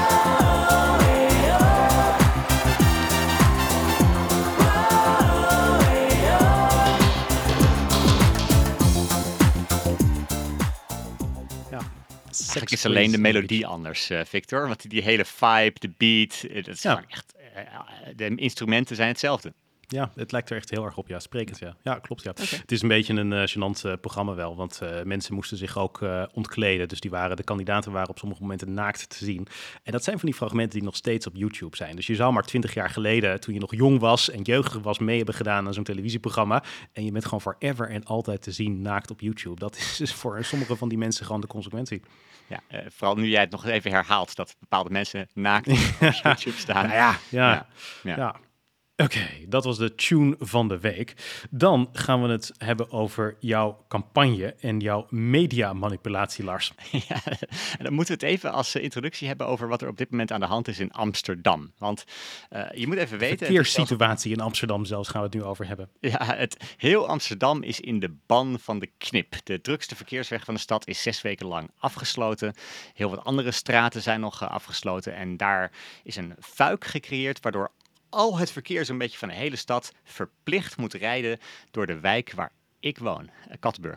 Eigenlijk is alleen de melodie anders, Victor. Want die hele vibe, de beat, dat is gewoon echt... de instrumenten zijn hetzelfde. Ja, het lijkt er echt heel erg op. Ja, sprekend, ja. Ja, klopt, ja. Okay. Het is een beetje een gênant programma wel, want mensen moesten zich ook ontkleden. Dus de kandidaten waren op sommige momenten naakt te zien. En dat zijn van die fragmenten die nog steeds op YouTube zijn. Dus je zou maar 20 jaar geleden, toen je nog jong was en jeugdig was, mee hebben gedaan aan zo'n televisieprogramma. En je bent gewoon forever en altijd te zien naakt op YouTube. Dat is dus voor sommige van die mensen gewoon de consequentie. Ja, vooral nu jij het nog even herhaalt, dat bepaalde mensen naakt op YouTube staan. Nou ja. Oké, dat was de tune van de week. Dan gaan we het hebben over jouw campagne en jouw mediamanipulatie, Lars. Ja, en dan moeten we het even als introductie hebben over wat er op dit moment aan de hand is in Amsterdam. Want je moet even weten... De verkeerssituatie in Amsterdam zelfs gaan we het nu over hebben. Ja, heel Amsterdam is in de ban van de knip. De drukste verkeersweg van de stad is 6 weken lang afgesloten. Heel wat andere straten zijn nog afgesloten. En daar is een fuik gecreëerd waardoor al het verkeer zo'n beetje van de hele stad verplicht moet rijden door de wijk waar ik woon, Kattenburg.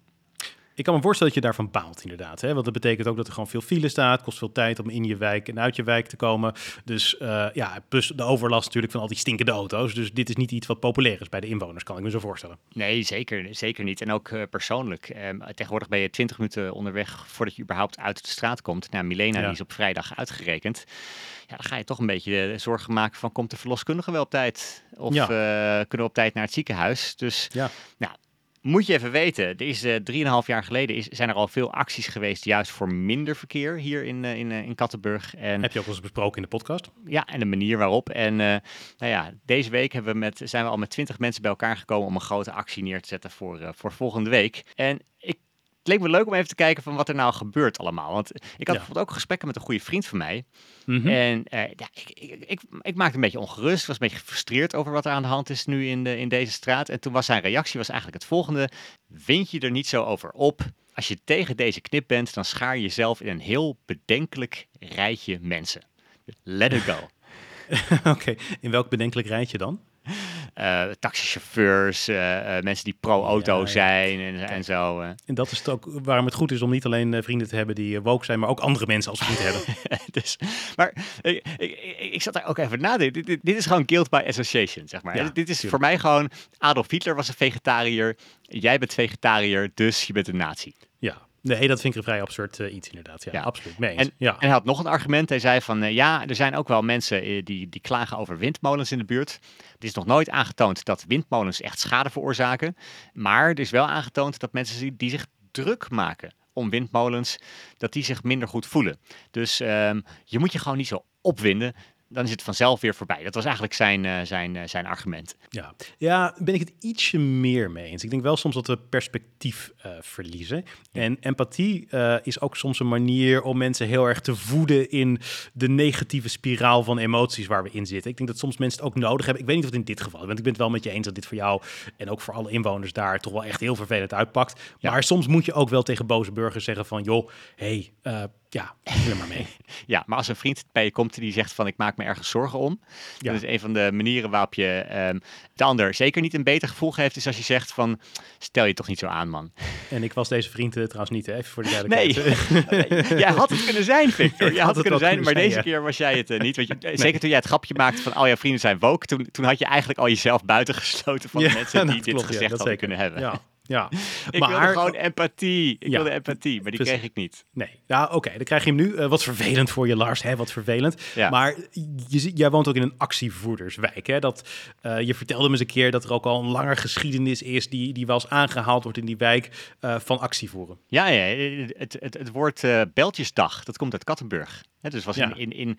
Ik kan me voorstellen dat je daarvan baalt inderdaad. Hè? Want dat betekent ook dat er gewoon veel file staat. Kost veel tijd om in je wijk en uit je wijk te komen. Dus plus de overlast natuurlijk van al die stinkende auto's. Dus dit is niet iets wat populair is bij de inwoners, kan ik me zo voorstellen. Nee, zeker niet. En ook persoonlijk. Tegenwoordig ben je 20 minuten onderweg voordat je überhaupt uit de straat komt. Nou, Milena die is op vrijdag uitgerekend. Ja, dan ga je toch een beetje zorgen maken van, komt de verloskundige wel op tijd? Of kunnen we op tijd naar het ziekenhuis? Dus moet je even weten, er is 3,5 jaar geleden zijn er al veel acties geweest juist voor minder verkeer hier in Kattenburg. En heb je ook wel eens besproken in de podcast? Ja, en de manier waarop. En deze week zijn we al met 20 mensen bij elkaar gekomen om een grote actie neer te zetten voor volgende week. En het leek me leuk om even te kijken van wat er nou gebeurt allemaal. Want ik had bijvoorbeeld ook gesprekken met een goede vriend van mij. Mm-hmm. En ik maakte een beetje ongerust. Ik was een beetje gefrustreerd over wat er aan de hand is nu in deze straat. En toen was zijn reactie eigenlijk het volgende. Wind je er niet zo over op? Als je tegen deze knip bent, dan schaar je jezelf in een heel bedenkelijk rijtje mensen. Let it go. Oké, in welk bedenkelijk rijtje dan? Taxichauffeurs, mensen die pro-auto zijn en zo. En dat is het ook waarom het goed is om niet alleen vrienden te hebben die woke zijn, maar ook andere mensen als vrienden hebben. Maar ik zat daar ook even na. Dit is gewoon guilt by association, zeg maar. Ja, dit is voor mij gewoon, Adolf Hitler was een vegetariër, jij bent vegetariër, dus je bent een nazi. Ja. Nee, dat vind ik een vrij absurd iets inderdaad. Ja, absoluut. Mee eens. En hij had nog een argument. Hij zei van, er zijn ook wel mensen die klagen over windmolens in de buurt. Het is nog nooit aangetoond dat windmolens echt schade veroorzaken. Maar er is wel aangetoond dat mensen die zich druk maken om windmolens, dat die zich minder goed voelen. Dus je moet je gewoon niet zo opwinden. dan is het vanzelf weer voorbij. Dat was eigenlijk zijn argument. Ja, ben ik het ietsje meer mee eens. Ik denk wel soms dat we perspectief verliezen. En empathie is ook soms een manier om mensen heel erg te voeden in de negatieve spiraal van emoties waar we in zitten. Ik denk dat soms mensen het ook nodig hebben. Ik weet niet of het in dit geval is, want ik ben het wel met je eens dat dit voor jou en ook voor alle inwoners daar toch wel echt heel vervelend uitpakt. Ja. Maar soms moet je ook wel tegen boze burgers zeggen van, joh, ja, doe er maar mee. Ja, maar als een vriend bij je komt die zegt van ik maak me ergens zorgen om. Ja. Dat is een van de manieren waarop je de ander zeker niet een beter gevoel geeft. Is als je zegt van stel je toch niet zo aan, man. En ik was deze vriend trouwens niet, hè? Even voor de Nee, duidelijkheid. jij had het kunnen zijn, Victor. Jij had het kunnen wel zijn, maar kunnen deze zijn, keer was jij het niet. Want zeker toen jij het grapje maakte van al jouw vrienden zijn woke. Toen had je eigenlijk al jezelf buitengesloten van de mensen die dat dit klopt, gezegd dat hadden zeker. kunnen hebben. Ja. Ik wilde gewoon empathie. Ik Ja, wilde empathie, maar die precies. kreeg ik niet. Nee, ja, oké, dan krijg je hem nu. Wat vervelend voor je, Lars, hè? Wat vervelend. Ja. Maar jij woont ook in een actievoerderswijk, hè? Je vertelde me eens een keer dat er ook al een lange geschiedenis is die wel eens aangehaald wordt in die wijk van actievoeren. Ja, het woord Beltjesdag, dat komt uit Kattenburg. Dus was Ja. in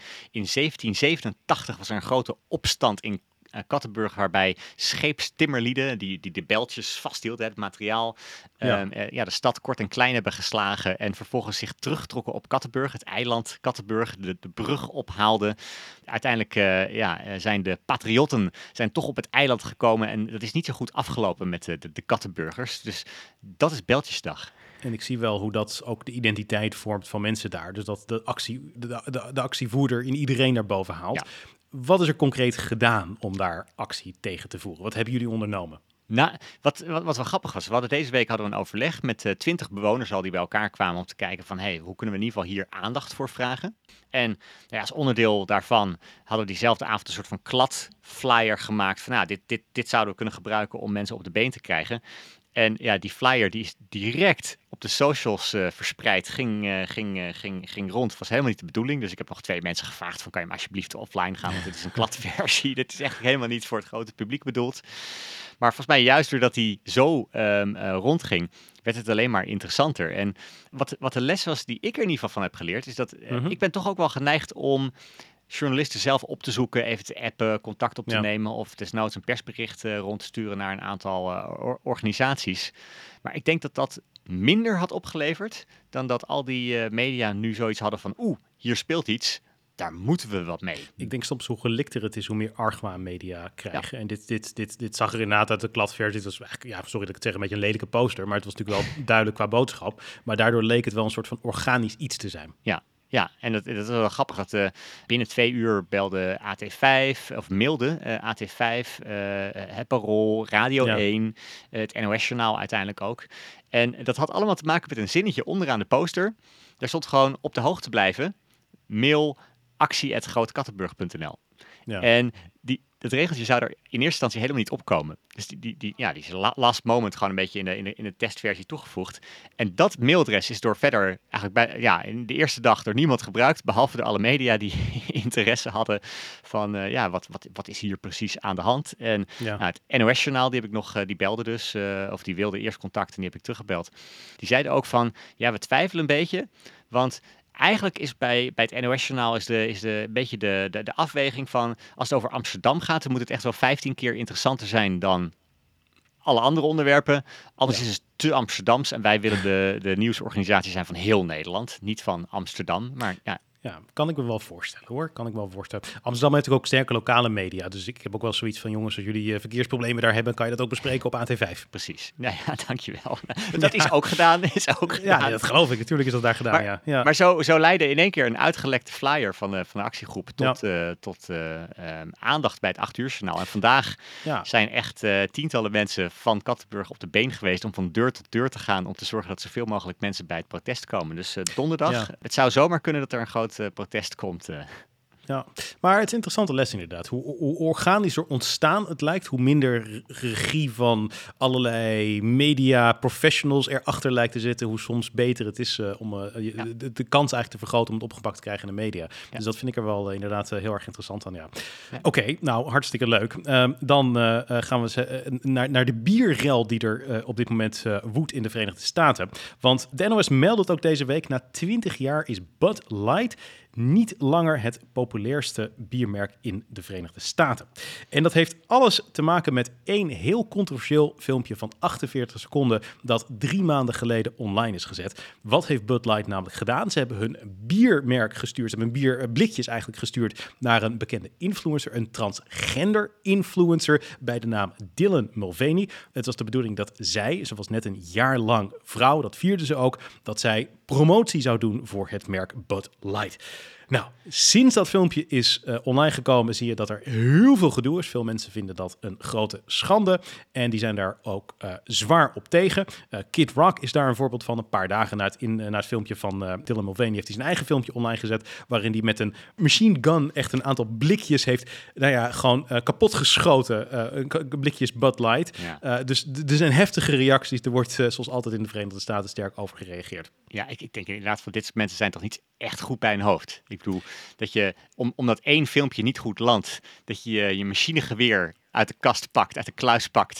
1787 was er een grote opstand in Kattenburg, waarbij scheepstimmerlieden die de beltjes vasthielden, het materiaal, de stad kort en klein hebben geslagen en vervolgens zich terugtrokken op Kattenburg, het eiland Kattenburg, de brug ophaalden. Uiteindelijk zijn de patriotten toch op het eiland gekomen en dat is niet zo goed afgelopen met de Kattenburgers. Dus dat is Beltjesdag. En ik zie wel hoe dat ook de identiteit vormt van mensen daar. Dus dat de actievoerder in iedereen naar boven haalt. Ja. Wat is er concreet gedaan om daar actie tegen te voeren? Wat hebben jullie ondernomen? Nou, wat wel grappig was, deze week hadden we een overleg met 20 bewoners al die bij elkaar kwamen om te kijken van, hoe kunnen we in ieder geval hier aandacht voor vragen? En als onderdeel daarvan hadden we diezelfde avond een soort van kladflyer gemaakt van, dit zouden we kunnen gebruiken om mensen op de been te krijgen. En ja, die flyer die is direct op de socials verspreid, ging rond. Het was helemaal niet de bedoeling. Dus ik heb nog 2 mensen gevraagd van, kan je maar alsjeblieft offline gaan? Want dit is een kladversie. Dit is echt helemaal niet voor het grote publiek bedoeld. Maar volgens mij juist doordat die zo rondging, werd het alleen maar interessanter. En wat de les was die ik er in ieder geval van heb geleerd, is dat ik ben toch ook wel geneigd om journalisten zelf op te zoeken, even te appen, contact op te nemen of desnoods een persbericht rond te sturen naar een aantal organisaties. Maar ik denk dat dat minder had opgeleverd dan dat al die media nu zoiets hadden van hier speelt iets, daar moeten we wat mee. Ik denk soms hoe gelikter het is, hoe meer argwaan media krijgen. Ja. En dit zag er inderdaad uit de kladversie. Dit was eigenlijk, sorry dat ik het zeg, een beetje een lelijke poster, maar het was natuurlijk wel duidelijk qua boodschap. Maar daardoor leek het wel een soort van organisch iets te zijn. Ja, en dat is wel grappig. Dat binnen 2 uur belde AT5, of mailde AT5, het Parool, Radio 1, het NOS-journaal uiteindelijk ook. En dat had allemaal te maken met een zinnetje onderaan de poster. Daar stond gewoon op de hoogte blijven, mail actie@grootekattenburg.nl. Ja. En dat regeltje zou er in eerste instantie helemaal niet opkomen. Dus die is last moment gewoon een beetje in de testversie toegevoegd. En dat mailadres is door verder eigenlijk in de eerste dag door niemand gebruikt, behalve door alle media die interesse hadden van wat is hier precies aan de hand. En het NOS-journaal, die belde dus, of die wilde eerst contact en die heb ik teruggebeld. Die zeiden ook van, we twijfelen een beetje, want eigenlijk is bij het NOS-journaal is een beetje de afweging van, als het over Amsterdam gaat, dan moet het echt wel 15 keer interessanter zijn dan alle andere onderwerpen. Anders is het te Amsterdams en wij willen de nieuwsorganisatie zijn van heel Nederland, niet van Amsterdam. Maar Ja, kan ik me wel voorstellen hoor. Amsterdam heeft ook sterke lokale media. Dus ik heb ook wel zoiets van, jongens, als jullie verkeersproblemen daar hebben, kan je dat ook bespreken op AT5. Precies. Nou ja, dankjewel. Dat is ook gedaan. Ja, dat geloof ik. Natuurlijk is dat daar gedaan, Maar zo leidde in één keer een uitgelekte flyer van de actiegroep tot aandacht bij het 8 uur journaal. En vandaag zijn echt tientallen mensen van Kattenburg op de been geweest om van deur tot deur te gaan om te zorgen dat zoveel mogelijk mensen bij het protest komen. Dus donderdag, het zou zomaar kunnen dat er een groot protest komt. Ja, maar het is een interessante les inderdaad. Hoe organischer ontstaan het lijkt, hoe minder regie van allerlei media professionals erachter lijkt te zitten, hoe soms beter het is om de kans eigenlijk te vergroten om het opgepakt te krijgen in de media. Ja. Dus dat vind ik er wel inderdaad heel erg interessant aan. Ja. Oké, nou hartstikke leuk. Dan gaan we naar de bierrel die er op dit moment woedt in de Verenigde Staten. Want de NOS meldt het ook deze week. Na 20 jaar is Bud Light niet langer het populairste biermerk in de Verenigde Staten. En dat heeft alles te maken met één heel controversieel filmpje van 48 seconden dat 3 maanden geleden online is gezet. Wat heeft Bud Light namelijk gedaan? Ze hebben hun biermerk gestuurd, ze hebben bierblikjes eigenlijk gestuurd naar een bekende influencer, een transgender influencer bij de naam Dylan Mulvaney. Het was de bedoeling dat ze was net een jaar lang vrouw, dat vierde ze ook, dat zij promotie zou doen voor het merk Bud Light. Nou, sinds dat filmpje is online gekomen, zie je dat er heel veel gedoe is. Veel mensen vinden dat een grote schande en die zijn daar ook zwaar op tegen. Kid Rock is daar een voorbeeld van. Een paar dagen na het filmpje van Dylan Mulvaney heeft hij zijn eigen filmpje online gezet, waarin hij met een machine gun echt een aantal blikjes heeft, gewoon kapot geschoten. Blikjes Bud Light. Ja. Dus er zijn heftige reacties. Er wordt zoals altijd in de Verenigde Staten sterk over gereageerd. Ja, ik denk inderdaad van dit soort mensen zijn toch niet echt goed bij hun hoofd. Ik bedoel, dat je, omdat één filmpje niet goed landt, dat je je machinegeweer uit de kast pakt, uit de kluis pakt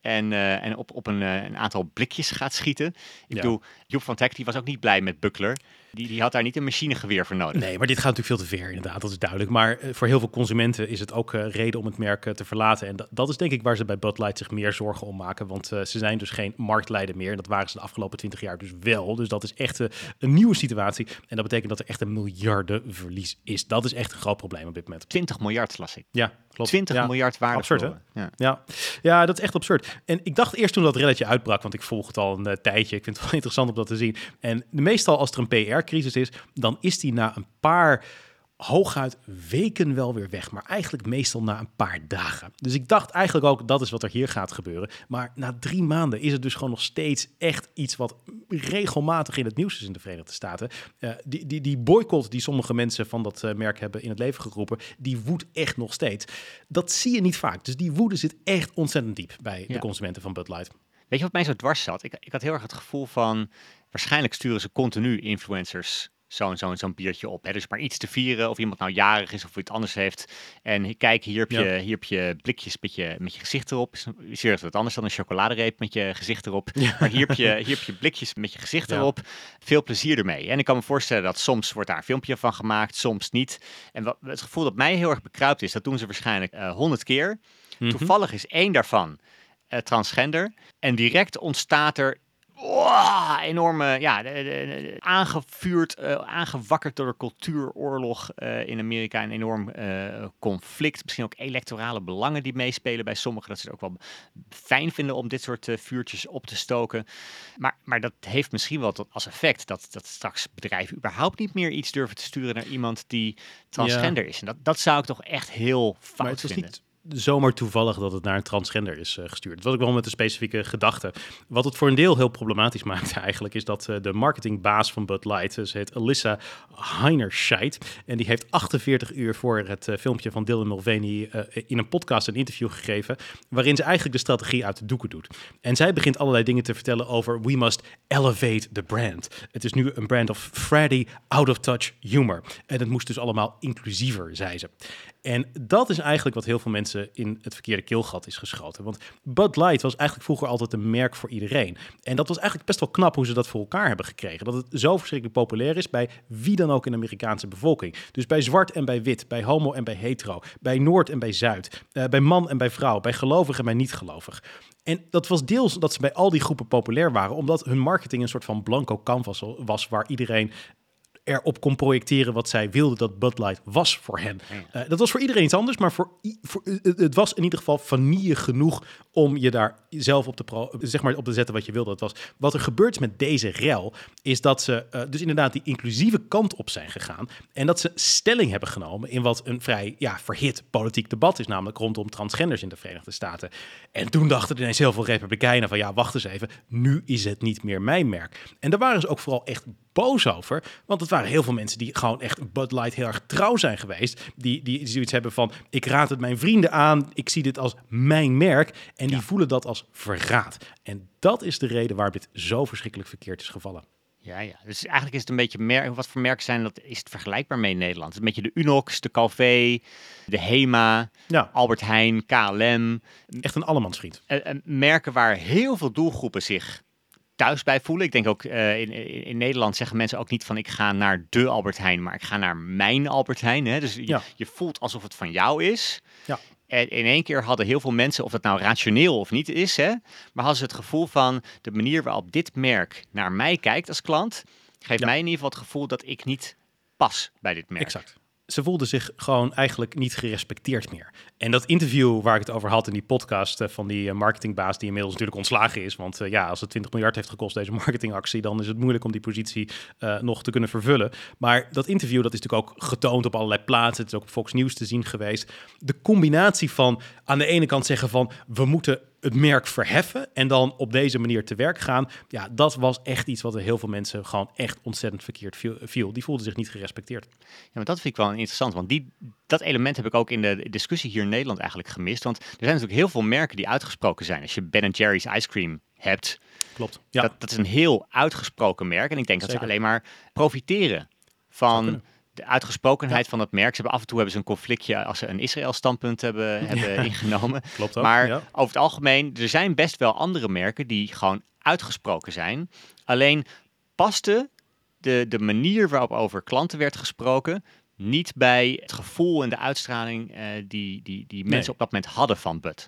en op een aantal blikjes gaat schieten. Ik bedoel, Joep van Teck die was ook niet blij met Buckler. Die had daar niet een machinegeweer voor nodig. Nee, maar dit gaat natuurlijk veel te ver inderdaad, dat is duidelijk. Maar voor heel veel consumenten is het ook reden om het merk te verlaten. En dat is denk ik waar ze bij Bud Light zich meer zorgen om maken. Want ze zijn dus geen marktleider meer. En dat waren ze de afgelopen 20 jaar dus wel. Dus dat is echt een nieuwe situatie. En dat betekent dat er echt een miljardenverlies is. Dat is echt een groot probleem op dit moment. 20 miljard las ik. Ja, klopt. 20 miljard waarde. Absurd, hè? Ja. Ja, dat is echt absurd. En ik dacht eerst toen dat relletje uitbrak, want ik volg het al een tijdje. Ik vind het wel interessant om dat te zien. En meestal als er een PR-crisis is, dan is die na een paar hooguit weken wel weer weg, maar eigenlijk meestal na een paar dagen. Dus ik dacht eigenlijk ook, dat is wat er hier gaat gebeuren. Maar na 3 maanden is het dus gewoon nog steeds echt iets wat regelmatig in het nieuws is in de Verenigde Staten. Die boycott die sommige mensen van dat merk hebben in het leven geroepen, die woedt echt nog steeds. Dat zie je niet vaak. Dus die woede zit echt ontzettend diep bij de consumenten van Bud Light. Weet je wat mij zo dwars zat? Ik had heel erg het gevoel van, waarschijnlijk sturen ze continu influencers zo'n biertje op. Hè? Dus maar iets te vieren, of iemand nou jarig is of iets anders heeft. En kijk, hier heb je blikjes met je gezicht erop. Is wat anders dan een chocoladereep met je gezicht erop. Ja. Maar hier heb je blikjes met je gezicht erop. Veel plezier ermee. En ik kan me voorstellen dat soms wordt daar een filmpje van gemaakt, soms niet. En het gevoel dat mij heel erg bekruipt is, dat doen ze waarschijnlijk 100 keer. Mm-hmm. Toevallig is 1 daarvan transgender. En direct ontstaat er enorme, aangewakkerd door de cultuuroorlog in Amerika, een enorm conflict. Misschien ook electorale belangen die meespelen bij sommigen, dat ze het ook wel fijn vinden om dit soort vuurtjes op te stoken. Maar dat heeft misschien wel als effect dat straks bedrijven überhaupt niet meer iets durven te sturen naar iemand die transgender is. En dat zou ik toch echt heel fout vinden. Zomaar toevallig dat het naar een transgender is gestuurd. Het was ook wel met een specifieke gedachte. Wat het voor een deel heel problematisch maakte eigenlijk, is dat de marketingbaas van Bud Light, ze heet Alyssa Heinerscheid, en die heeft 48 uur voor het filmpje van Dylan Mulvaney in een podcast een interview gegeven, waarin ze eigenlijk de strategie uit de doeken doet. En zij begint allerlei dingen te vertellen over we must elevate the brand. Het is nu een brand of Freddy out-of-touch humor. En het moest dus allemaal inclusiever, zei ze. En dat is eigenlijk wat heel veel mensen in het verkeerde keelgat is geschoten. Want Bud Light was eigenlijk vroeger altijd een merk voor iedereen. En dat was eigenlijk best wel knap hoe ze dat voor elkaar hebben gekregen. Dat het zo verschrikkelijk populair is bij wie dan ook in de Amerikaanse bevolking. Dus bij zwart en bij wit, bij homo en bij hetero, bij Noord en bij Zuid, bij man en bij vrouw, bij gelovig en bij niet-gelovig. En dat was deels dat ze bij al die groepen populair waren, omdat hun marketing een soort van blanco canvas was waar iedereen erop kon projecteren wat zij wilden dat Bud Light was voor hen. Dat was voor iedereen iets anders, maar het was in ieder geval vanille genoeg om je daar zelf op te zetten wat je wilde. Wat er gebeurt met deze rel is dat ze dus inderdaad die inclusieve kant op zijn gegaan en dat ze stelling hebben genomen in wat een vrij verhit politiek debat is, namelijk rondom transgenders in de Verenigde Staten. En toen dachten ineens heel veel republikeinen van wacht eens even, nu is het niet meer mijn merk. En daar waren ze ook vooral echt boos over, want het waren heel veel mensen die gewoon echt Bud Light heel erg trouw zijn geweest, die zoiets hebben van, ik raad het mijn vrienden aan, ik zie dit als mijn merk, en die voelen dat als verraad. En dat is de reden waarom dit zo verschrikkelijk verkeerd is gevallen. Ja. Dus eigenlijk is het een beetje wat voor merken zijn, dat is het vergelijkbaar mee in Nederland. Een beetje de Unox, de Calvé, de Hema, Albert Heijn, KLM. Echt een allemansvriend. Merken waar heel veel doelgroepen zich thuis bij voelen. Ik denk ook in Nederland zeggen mensen ook niet van ik ga naar de Albert Heijn, maar ik ga naar mijn Albert Heijn. Hè? Dus je voelt alsof het van jou is. Ja. En in één keer hadden heel veel mensen, of dat nou rationeel of niet is, hè, maar hadden ze het gevoel van de manier waarop dit merk naar mij kijkt als klant, geeft mij in ieder geval het gevoel dat ik niet pas bij dit merk. Exact. Ze voelden zich gewoon eigenlijk niet gerespecteerd meer. En dat interview waar ik het over had in die podcast van die marketingbaas, die inmiddels natuurlijk ontslagen is. Want als het 20 miljard heeft gekost, deze marketingactie, dan is het moeilijk om die positie nog te kunnen vervullen. Maar dat interview, dat is natuurlijk ook getoond op allerlei plaatsen. Het is ook op Fox News te zien geweest. De combinatie van aan de ene kant zeggen van we moeten het merk verheffen en dan op deze manier te werk gaan. Ja, dat was echt iets wat er heel veel mensen gewoon echt ontzettend verkeerd viel. Die voelden zich niet gerespecteerd. Ja, maar dat vind ik wel interessant, want dat element heb ik ook in de discussie hier in Nederland eigenlijk gemist. Want er zijn natuurlijk heel veel merken die uitgesproken zijn. Als je Ben & Jerry's Ice Cream hebt, Klopt. Ja. Dat is een heel uitgesproken merk. En ik denk dat ze alleen maar profiteren van de uitgesprokenheid van het merk. Af en toe hebben ze een conflictje als ze een Israël-standpunt hebben ingenomen. Klopt ook, maar over het algemeen, er zijn best wel andere merken die gewoon uitgesproken zijn. Alleen paste de manier waarop over klanten werd gesproken niet bij het gevoel en de uitstraling die mensen op dat moment hadden van Bud.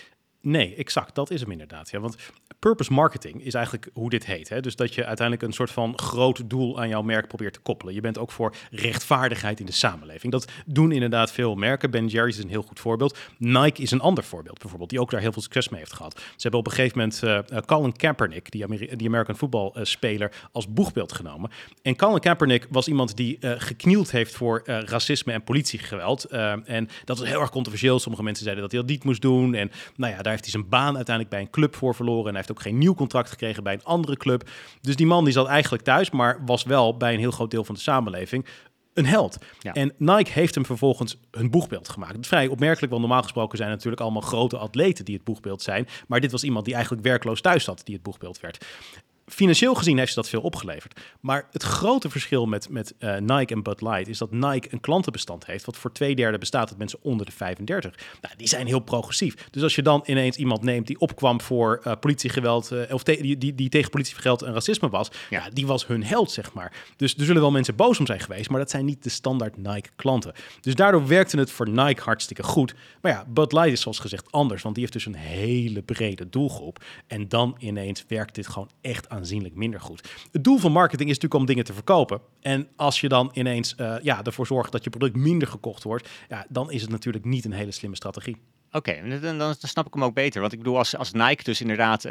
Nee, exact. Dat is hem inderdaad. Ja, want purpose marketing is eigenlijk hoe dit heet. Hè? Dus dat je uiteindelijk een soort van groot doel aan jouw merk probeert te koppelen. Je bent ook voor rechtvaardigheid in de samenleving. Dat doen inderdaad veel merken. Ben Jerry's is een heel goed voorbeeld. Nike is een ander voorbeeld bijvoorbeeld, die ook daar heel veel succes mee heeft gehad. Ze hebben op een gegeven moment Colin Kaepernick, die American voetbalspeler, als boegbeeld genomen. En Colin Kaepernick was iemand die geknield heeft voor racisme en politiegeweld. En dat was heel erg controversieel. Sommige mensen zeiden dat hij dat niet moest doen. En nou ja, daar heeft hij zijn baan uiteindelijk bij een club voor verloren. En hij heeft ook geen nieuw contract gekregen bij een andere club. Dus die man die zat eigenlijk thuis, maar was wel bij een heel groot deel van de samenleving een held. Ja. En Nike heeft hem vervolgens hun boegbeeld gemaakt. Het is vrij opmerkelijk, want normaal gesproken zijn natuurlijk allemaal grote atleten die het boegbeeld zijn. Maar dit was iemand die eigenlijk werkloos thuis zat, die het boegbeeld werd. Financieel gezien heeft ze dat veel opgeleverd. Maar het grote verschil met Nike en Bud Light is dat Nike een klantenbestand heeft wat voor 2/3 bestaat uit mensen onder de 35. Nou, die zijn heel progressief. Dus als je dan ineens iemand neemt die opkwam voor politiegeweld of die tegen politiegeweld en racisme was, die was hun held, zeg maar. Dus er zullen wel mensen boos om zijn geweest, maar dat zijn niet de standaard Nike klanten. Dus daardoor werkte het voor Nike hartstikke goed. Maar ja, Bud Light is zoals gezegd anders, want die heeft dus een hele brede doelgroep. En dan ineens werkt dit gewoon echt aanzienlijk minder goed. Het doel van marketing is natuurlijk om dingen te verkopen. En als je dan ineens ervoor zorgt dat je product minder gekocht wordt, dan is het natuurlijk niet een hele slimme strategie. Oké, dan snap ik hem ook beter. Want ik bedoel, als Nike dus inderdaad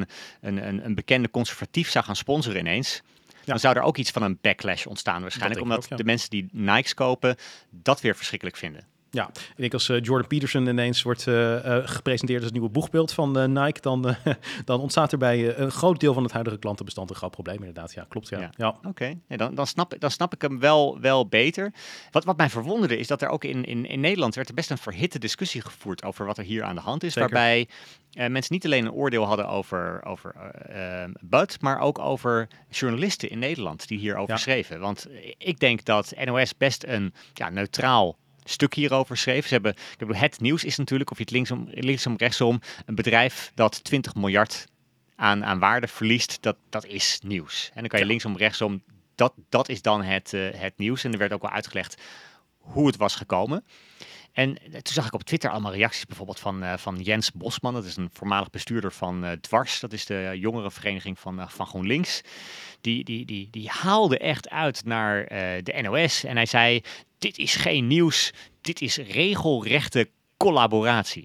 een bekende conservatief zou gaan sponsoren ineens, dan zou er ook iets van een backlash ontstaan waarschijnlijk. Omdat de mensen die Nikes kopen, dat weer verschrikkelijk vinden. Ja, ik denk als Jordan Peterson ineens wordt gepresenteerd als het nieuwe boegbeeld van Nike, dan ontstaat er bij een groot deel van het huidige klantenbestand een groot probleem inderdaad. Ja, klopt. Ja. Oké. Nee, dan snap ik hem wel beter. Wat mij verwonderde is dat er ook in Nederland werd er best een verhitte discussie gevoerd over wat er hier aan de hand is. Zeker. Waarbij mensen niet alleen een oordeel hadden over Bud, maar ook over journalisten in Nederland die hierover schreven. Want ik denk dat NOS best een neutraal stuk hierover schreef. Het nieuws is natuurlijk, of je het linksom rechtsom, een bedrijf dat 20 miljard aan waarde verliest, dat is nieuws. En dan kan je linksom rechtsom, dat is dan het nieuws. En er werd ook wel uitgelegd hoe het was gekomen. En toen zag ik op Twitter allemaal reacties bijvoorbeeld van Jens Bosman. Dat is een voormalig bestuurder van Dwars. Dat is de jongerenvereniging van GroenLinks. Die haalde echt uit naar de NOS. En hij zei, dit is geen nieuws. Dit is regelrechte collaboratie.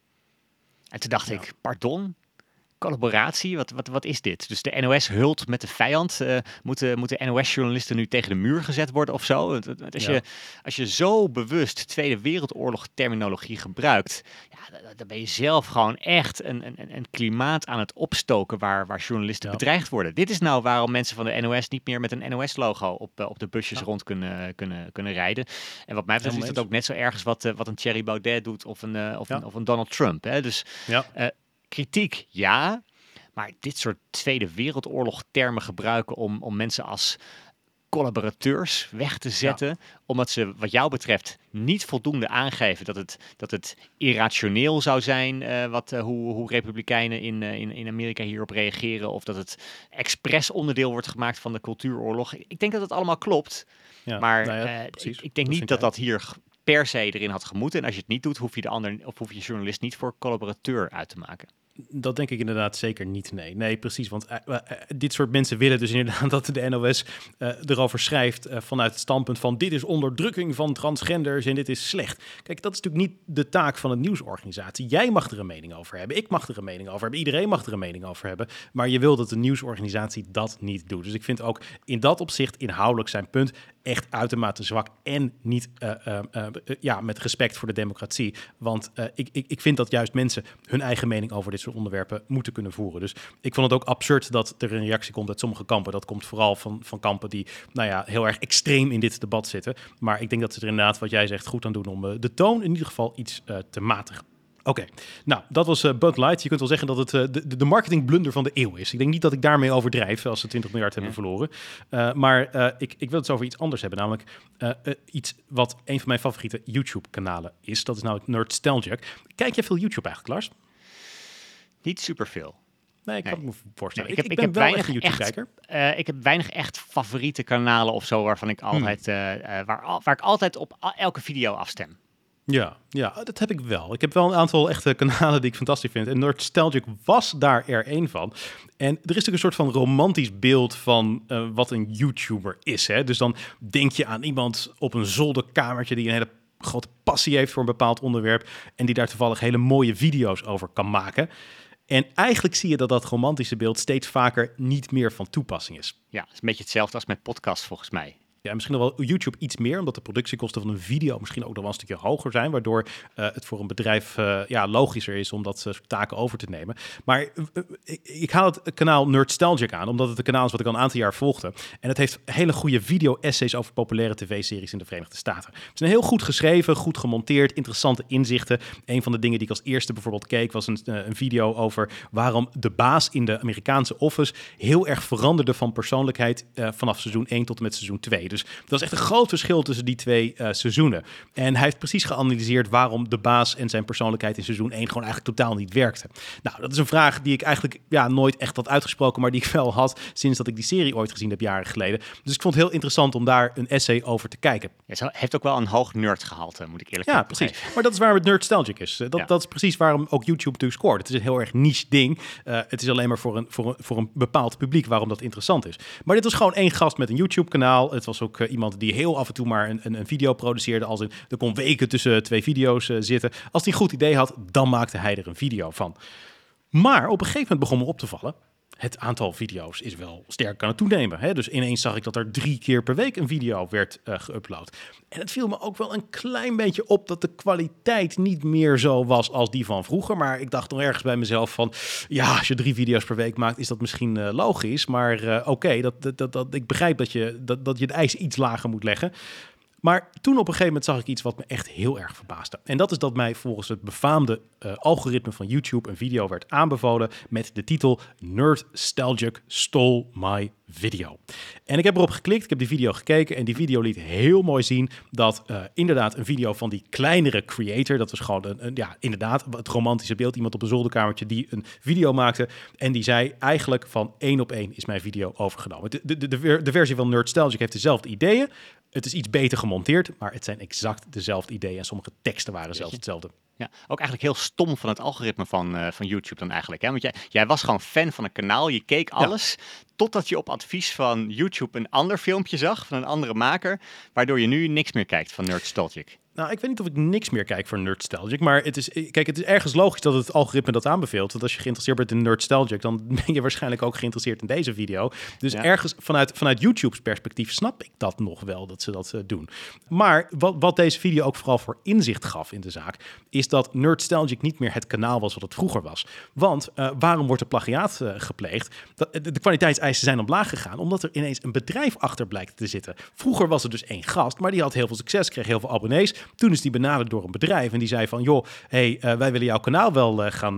En toen dacht ik, pardon? Collaboratie? Wat is dit? Dus de NOS hult met de vijand. Moeten NOS-journalisten nu tegen de muur gezet worden of zo? Als je zo bewust Tweede Wereldoorlog terminologie gebruikt, dan ben je zelf gewoon echt een klimaat aan het opstoken waar journalisten bedreigd worden. Dit is nou waarom mensen van de NOS niet meer met een NOS-logo op de busjes rond kunnen rijden. En wat mij betreft is dat ook net zo erg als wat een Thierry Baudet doet of een Donald Trump. Hè? Dus kritiek, ja, maar dit soort Tweede Wereldoorlog termen gebruiken om mensen als collaborateurs weg te zetten, omdat ze wat jou betreft niet voldoende aangeven dat het irrationeel zou zijn hoe republikeinen in Amerika hierop reageren, of dat het expres onderdeel wordt gemaakt van de cultuuroorlog. Ik denk dat het allemaal klopt, maar ik denk niet dat hier per se erin had gemoeten. En als je het niet doet, hoef je journalist niet voor collaborateur uit te maken. Dat denk ik inderdaad zeker niet, nee precies. Want dit soort mensen willen dus inderdaad dat de NOS erover schrijft vanuit het standpunt van dit is onderdrukking van transgenders en dit is slecht. Kijk, dat is natuurlijk niet de taak van een nieuwsorganisatie. Jij mag er een mening over hebben, ik mag er een mening over hebben, iedereen mag er een mening over hebben, maar je wil dat de nieuwsorganisatie dat niet doet. Dus ik vind ook in dat opzicht inhoudelijk zijn punt echt uitermate zwak en niet met respect voor de democratie. Want ik vind dat juist mensen hun eigen mening over dit soort onderwerpen moeten kunnen voeren. Dus ik vond het ook absurd dat er een reactie komt uit sommige kampen. Dat komt vooral van kampen die heel erg extreem in dit debat zitten. Maar ik denk dat ze er inderdaad, wat jij zegt, goed aan doen om de toon in ieder geval iets te matigen. Oké, nou, dat was Bud Light. Je kunt wel zeggen dat het de marketingblunder van de eeuw is. Ik denk niet dat ik daarmee overdrijf als ze 20 miljard hebben verloren. Maar ik wil het over iets anders hebben. Namelijk iets wat een van mijn favoriete YouTube-kanalen is. Dat is namelijk Nerdstalgic. Kijk jij veel YouTube eigenlijk, Lars? Niet superveel. Nee, ik kan me voorstellen. Nee, ik ben wel echt een YouTube-kijker. Ik heb weinig echt favoriete kanalen of zo waarvan ik altijd, waar ik altijd op elke video afstem. Ja, dat heb ik wel. Ik heb wel een aantal echte kanalen die ik fantastisch vind. En Nerdstalgic was daar één van. En er is natuurlijk een soort van romantisch beeld van wat een YouTuber is. Hè? Dus dan denk je aan iemand op een zolderkamertje die een hele grote passie heeft voor een bepaald onderwerp en die daar toevallig hele mooie video's over kan maken. En eigenlijk zie je dat romantische beeld steeds vaker niet meer van toepassing is. Ja, het is een beetje hetzelfde als met podcast volgens mij. Ja, misschien nog wel YouTube iets meer, omdat de productiekosten van een video misschien ook nog wel een stukje hoger zijn, waardoor het voor een bedrijf logischer is om dat soort taken over te nemen. Maar ik haal het kanaal Nerdstalgic aan, omdat het een kanaal is wat ik al een aantal jaar volgde. En het heeft hele goede video-essays over populaire tv-series in de Verenigde Staten. Het is heel goed geschreven, goed gemonteerd, interessante inzichten. Een van de dingen die ik als eerste bijvoorbeeld keek, was een video over waarom de baas in de Amerikaanse Office heel erg veranderde van persoonlijkheid vanaf seizoen 1 tot en met seizoen 2. Dus dat is echt een groot verschil tussen die twee seizoenen. En hij heeft precies geanalyseerd waarom de baas en zijn persoonlijkheid in seizoen 1 gewoon eigenlijk totaal niet werkte. Nou, dat is een vraag die ik eigenlijk nooit echt had uitgesproken, maar die ik wel had sinds dat ik die serie ooit gezien heb jaren geleden. Dus ik vond het heel interessant om daar een essay over te kijken. Ja, ze heeft ook wel een hoog nerdgehalte, moet ik eerlijk zeggen. Ja, precies. Maar dat is waarom het Nerdstalgic is. Dat is precies waarom ook YouTube natuurlijk scoort. Het is een heel erg niche ding. Het is alleen maar voor een bepaald publiek waarom dat interessant is. Maar dit was gewoon één gast met een YouTube-kanaal. Het was ook iemand die heel af en toe maar een video produceerde. Als er kon weken tussen twee video's zitten. Als hij een goed idee had, dan maakte hij er een video van. Maar op een gegeven moment begon me op te vallen. Het aantal video's is wel sterk aan het toenemen. Hè? Dus ineens zag ik dat er 3 keer per week een video werd geüpload. En het viel me ook wel een klein beetje op dat de kwaliteit niet meer zo was als die van vroeger. Maar ik dacht nog ergens bij mezelf van, ja, als je 3 video's per week maakt, is dat misschien logisch. Maar oké, ik begrijp dat je het ijs iets lager moet leggen. Maar toen op een gegeven moment zag ik iets wat me echt heel erg verbaasde. En dat is dat mij volgens het befaamde algoritme van YouTube een video werd aanbevolen met de titel Nerdstalgic Stole My Video. En ik heb erop geklikt, ik heb die video gekeken en die video liet heel mooi zien dat inderdaad een video van die kleinere creator, dat was gewoon inderdaad het romantische beeld, iemand op een zolderkamertje die een video maakte en die zei eigenlijk van 1 op 1 is mijn video overgenomen. De versie van Nerdstalgic heeft dezelfde ideeën. Het is iets beter gemonteerd, maar het zijn exact dezelfde ideeën en sommige teksten waren zelfs hetzelfde. Ja, ook eigenlijk heel stom van het algoritme van YouTube dan eigenlijk. Hè? Want jij was gewoon fan van een kanaal, je keek alles, totdat je op advies van YouTube een ander filmpje zag van een andere maker, waardoor je nu niks meer kijkt van Nerdstalgic. Nou, ik weet niet of ik niks meer kijk voor Nerdstalgic, maar het is ergens logisch dat het algoritme dat aanbeveelt. Want als je geïnteresseerd bent in Nerdstalgic, dan ben je waarschijnlijk ook geïnteresseerd in deze video. Dus ergens vanuit YouTube's perspectief snap ik dat nog wel, dat ze dat doen. Maar wat deze video ook vooral voor inzicht gaf in de zaak, is dat Nerdstalgic niet meer het kanaal was wat het vroeger was. Want waarom wordt er plagiaat gepleegd? De kwaliteitseisen zijn omlaag gegaan, omdat er ineens een bedrijf achter blijkt te zitten. Vroeger was er dus één gast, maar die had heel veel succes, kreeg heel veel abonnees. Toen is die benaderd door een bedrijf en die zei van, joh, wij willen jouw kanaal wel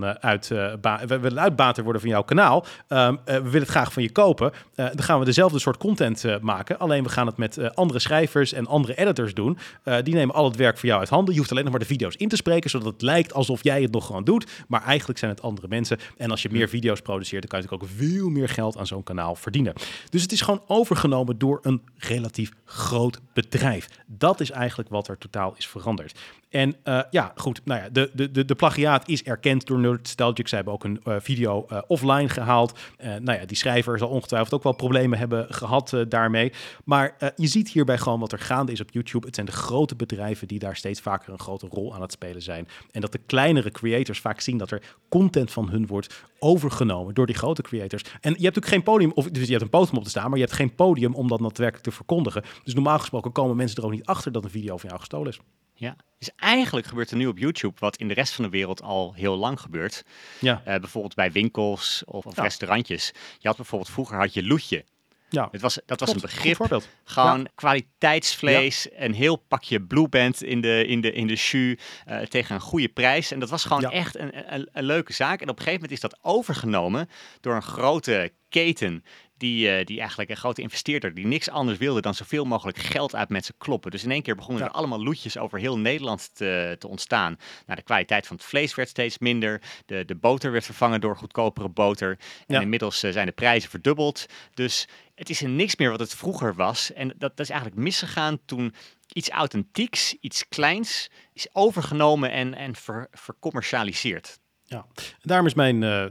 we willen uitbater worden van jouw kanaal. We willen het graag van je kopen. Dan gaan we dezelfde soort content maken, alleen we gaan het met andere schrijvers en andere editors doen. Die nemen al het werk voor jou uit handen. Je hoeft alleen nog maar de video's in te spreken, zodat het lijkt alsof jij het nog gewoon doet. Maar eigenlijk zijn het andere mensen. En als je meer video's produceert, dan kan je natuurlijk ook veel meer geld aan zo'n kanaal verdienen. Dus het is gewoon overgenomen door een relatief groot bedrijf. Dat is eigenlijk wat er totaal is veranderd. En goed, de plagiaat is erkend door Nerdstalgic. Ze hebben ook een video offline gehaald. Die schrijver zal ongetwijfeld ook wel problemen hebben gehad daarmee. Maar je ziet hierbij gewoon wat er gaande is op YouTube. Het zijn de grote bedrijven die daar steeds vaker een grote rol aan het spelen zijn. En dat de kleinere creators vaak zien dat er content van hun wordt overgenomen door die grote creators. En je hebt ook geen podium, dus je hebt een podium op te staan, maar je hebt geen podium om dat daadwerkelijk te verkondigen. Dus normaal gesproken komen mensen er ook niet achter dat een video van jou gestolen is. Ja, dus eigenlijk gebeurt er nu op YouTube wat in de rest van de wereld al heel lang gebeurt. Ja. Bijvoorbeeld bij winkels of restaurantjes. Vroeger had je loetje. Ja, Dat was een begrip. voorbeeld. Gewoon kwaliteitsvlees, een heel pakje Blue Band in de jus tegen een goede prijs. En dat was gewoon echt een leuke zaak. En op een gegeven moment is dat overgenomen door een grote keten. Die eigenlijk een grote investeerder die niks anders wilde dan zoveel mogelijk geld uit met ze kloppen. Dus in één keer begonnen er allemaal loetjes over heel Nederland te ontstaan. Nou, de kwaliteit van het vlees werd steeds minder. De boter werd vervangen door goedkopere boter. En inmiddels zijn de prijzen verdubbeld. Dus het is niks meer wat het vroeger was. En dat is eigenlijk misgegaan toen iets authentieks, iets kleins is overgenomen en vercommercialiseerd. Ja, daarom is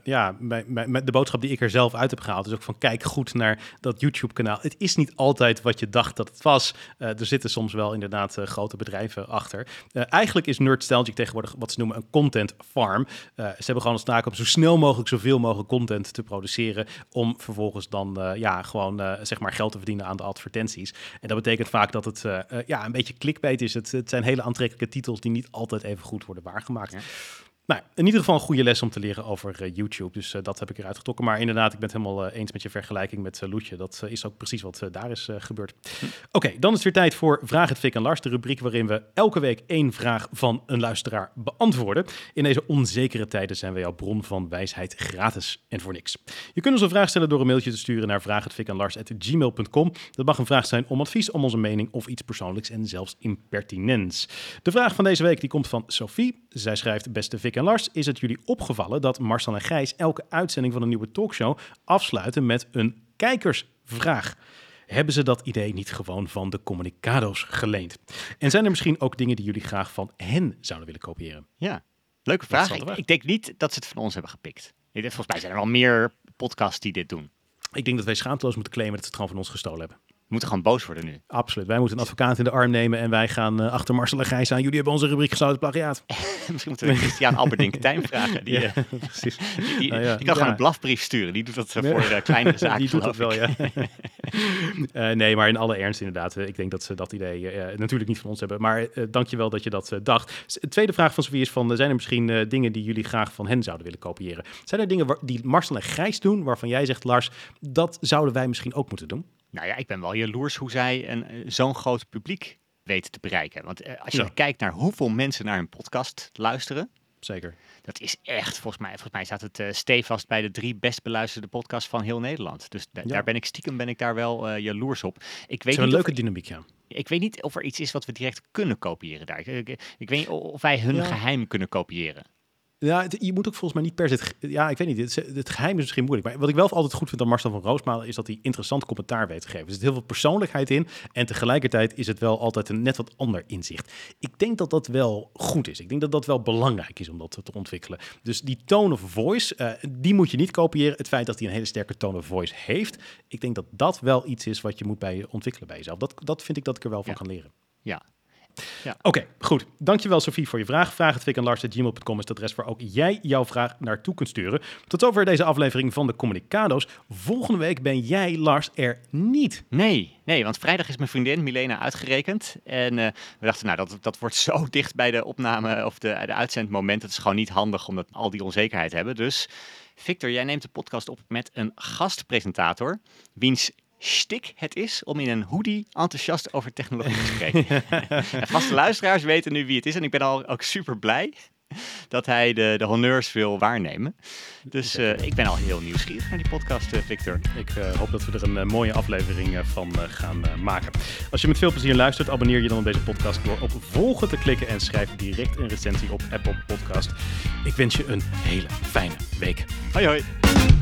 de boodschap die ik er zelf uit heb gehaald, is ook van kijk goed naar dat YouTube-kanaal. Het is niet altijd wat je dacht dat het was. Er zitten soms wel inderdaad grote bedrijven achter. Eigenlijk is Nerdstalgic tegenwoordig wat ze noemen een content farm. Ze hebben gewoon als taak om zo snel mogelijk zoveel mogelijk content te produceren, om vervolgens dan geld te verdienen aan de advertenties. En dat betekent vaak dat het een beetje clickbait is. Het zijn hele aantrekkelijke titels die niet altijd even goed worden waargemaakt. Ja. Nou, in ieder geval een goede les om te leren over YouTube. Dus dat heb ik eruit getrokken. Maar inderdaad, ik ben het helemaal eens met je vergelijking met Loetje. Dat is ook precies wat daar is gebeurd. Oké, dan is het weer tijd voor Vraag het Fik en Lars. De rubriek waarin we elke week 1 vraag van een luisteraar beantwoorden. In deze onzekere tijden zijn we jouw bron van wijsheid gratis en voor niks. Je kunt ons een vraag stellen door een mailtje te sturen naar vraaghetfikenlars@gmail.com. Dat mag een vraag zijn om advies, om onze mening of iets persoonlijks en zelfs impertinents. De vraag van deze week die komt van Sophie. Zij schrijft: beste Fik en Lars, is het jullie opgevallen dat Marcel en Gijs elke uitzending van een nieuwe talkshow afsluiten met een kijkersvraag? Hebben ze dat idee niet gewoon van de Communicado's geleend? En zijn er misschien ook dingen die jullie graag van hen zouden willen kopiëren? Ja, leuke vraag. Ik denk niet dat ze het van ons hebben gepikt. Volgens mij zijn er wel meer podcasts die dit doen. Ik denk dat wij schaamteloos moeten claimen dat ze het gewoon van ons gestolen hebben. We moeten gewoon boos worden nu. Absoluut. Wij moeten een advocaat in de arm nemen en wij gaan achter Marcel en Gijs aan. Jullie hebben onze rubriek gestolen, plagiaat. Misschien moeten we Christian Alberdink-Tijn vragen. Die precies. Die kan gewoon een blafbrief sturen. Die doet dat voor kleinere zaken. Die doet dat wel, ja. Nee, maar in alle ernst inderdaad. Ik denk dat ze dat idee natuurlijk niet van ons hebben. Maar dankjewel dat je dat dacht. De tweede vraag van Sofie is van: zijn er misschien dingen die jullie graag van hen zouden willen kopiëren? Zijn er dingen die Marcel en Gijs doen waarvan jij zegt, Lars, dat zouden wij misschien ook moeten doen? Nou ja, ik ben wel jaloers hoe zij zo'n groot publiek weten te bereiken. Want als je kijkt naar hoeveel mensen naar hun podcast luisteren. Zeker. Dat is echt, volgens mij staat het stevast bij de 3 best beluisterde podcasts van heel Nederland. Dus daar ben ik daar wel jaloers op. Ik weet een leuke dynamiek, ja. Ik weet niet of er iets is wat we direct kunnen kopiëren daar. Ik weet niet of wij hun geheim kunnen kopiëren. Ja, je moet ook volgens mij niet per se... ik weet niet, het geheim is misschien moeilijk. Maar wat ik wel altijd goed vind aan Marcel van Roosmalen is dat hij interessant commentaar weet te geven. Er zit heel veel persoonlijkheid in en tegelijkertijd is het wel altijd een net wat ander inzicht. Ik denk dat dat wel goed is. Ik denk dat dat wel belangrijk is om dat te ontwikkelen. Dus die tone of voice, die moet je niet kopiëren. Het feit dat hij een hele sterke tone of voice heeft, ik denk dat dat wel iets is wat je moet ontwikkelen bij jezelf. Dat vind ik dat ik er wel van kan leren. Ja. Ja. Oké, goed. Dankjewel Sophie voor je vraag. Vraaghetvikanlars@gmail.com is het adres waar ook jij jouw vraag naartoe kunt sturen. Tot zover deze aflevering van de Communicado's. Volgende week ben jij, Lars, er niet. Nee, want vrijdag is mijn vriendin Milena uitgerekend. En we dachten, dat wordt zo dicht bij de opname of de uitzendmoment. Het is gewoon niet handig omdat we al die onzekerheid hebben. Dus Victor, jij neemt de podcast op met een gastpresentator, wiens shtick het is om in een hoodie enthousiast over technologie te spreken. En vaste luisteraars weten nu wie het is en ik ben al ook super blij dat hij de honneurs wil waarnemen. Dus ik ben al heel nieuwsgierig naar die podcast, Victor. Ik hoop dat we er een mooie aflevering van gaan maken. Als je met veel plezier luistert, abonneer je dan op deze podcast door op volgen te klikken en schrijf direct een recensie op Apple Podcast. Ik wens je een hele fijne week. Hoi hoi.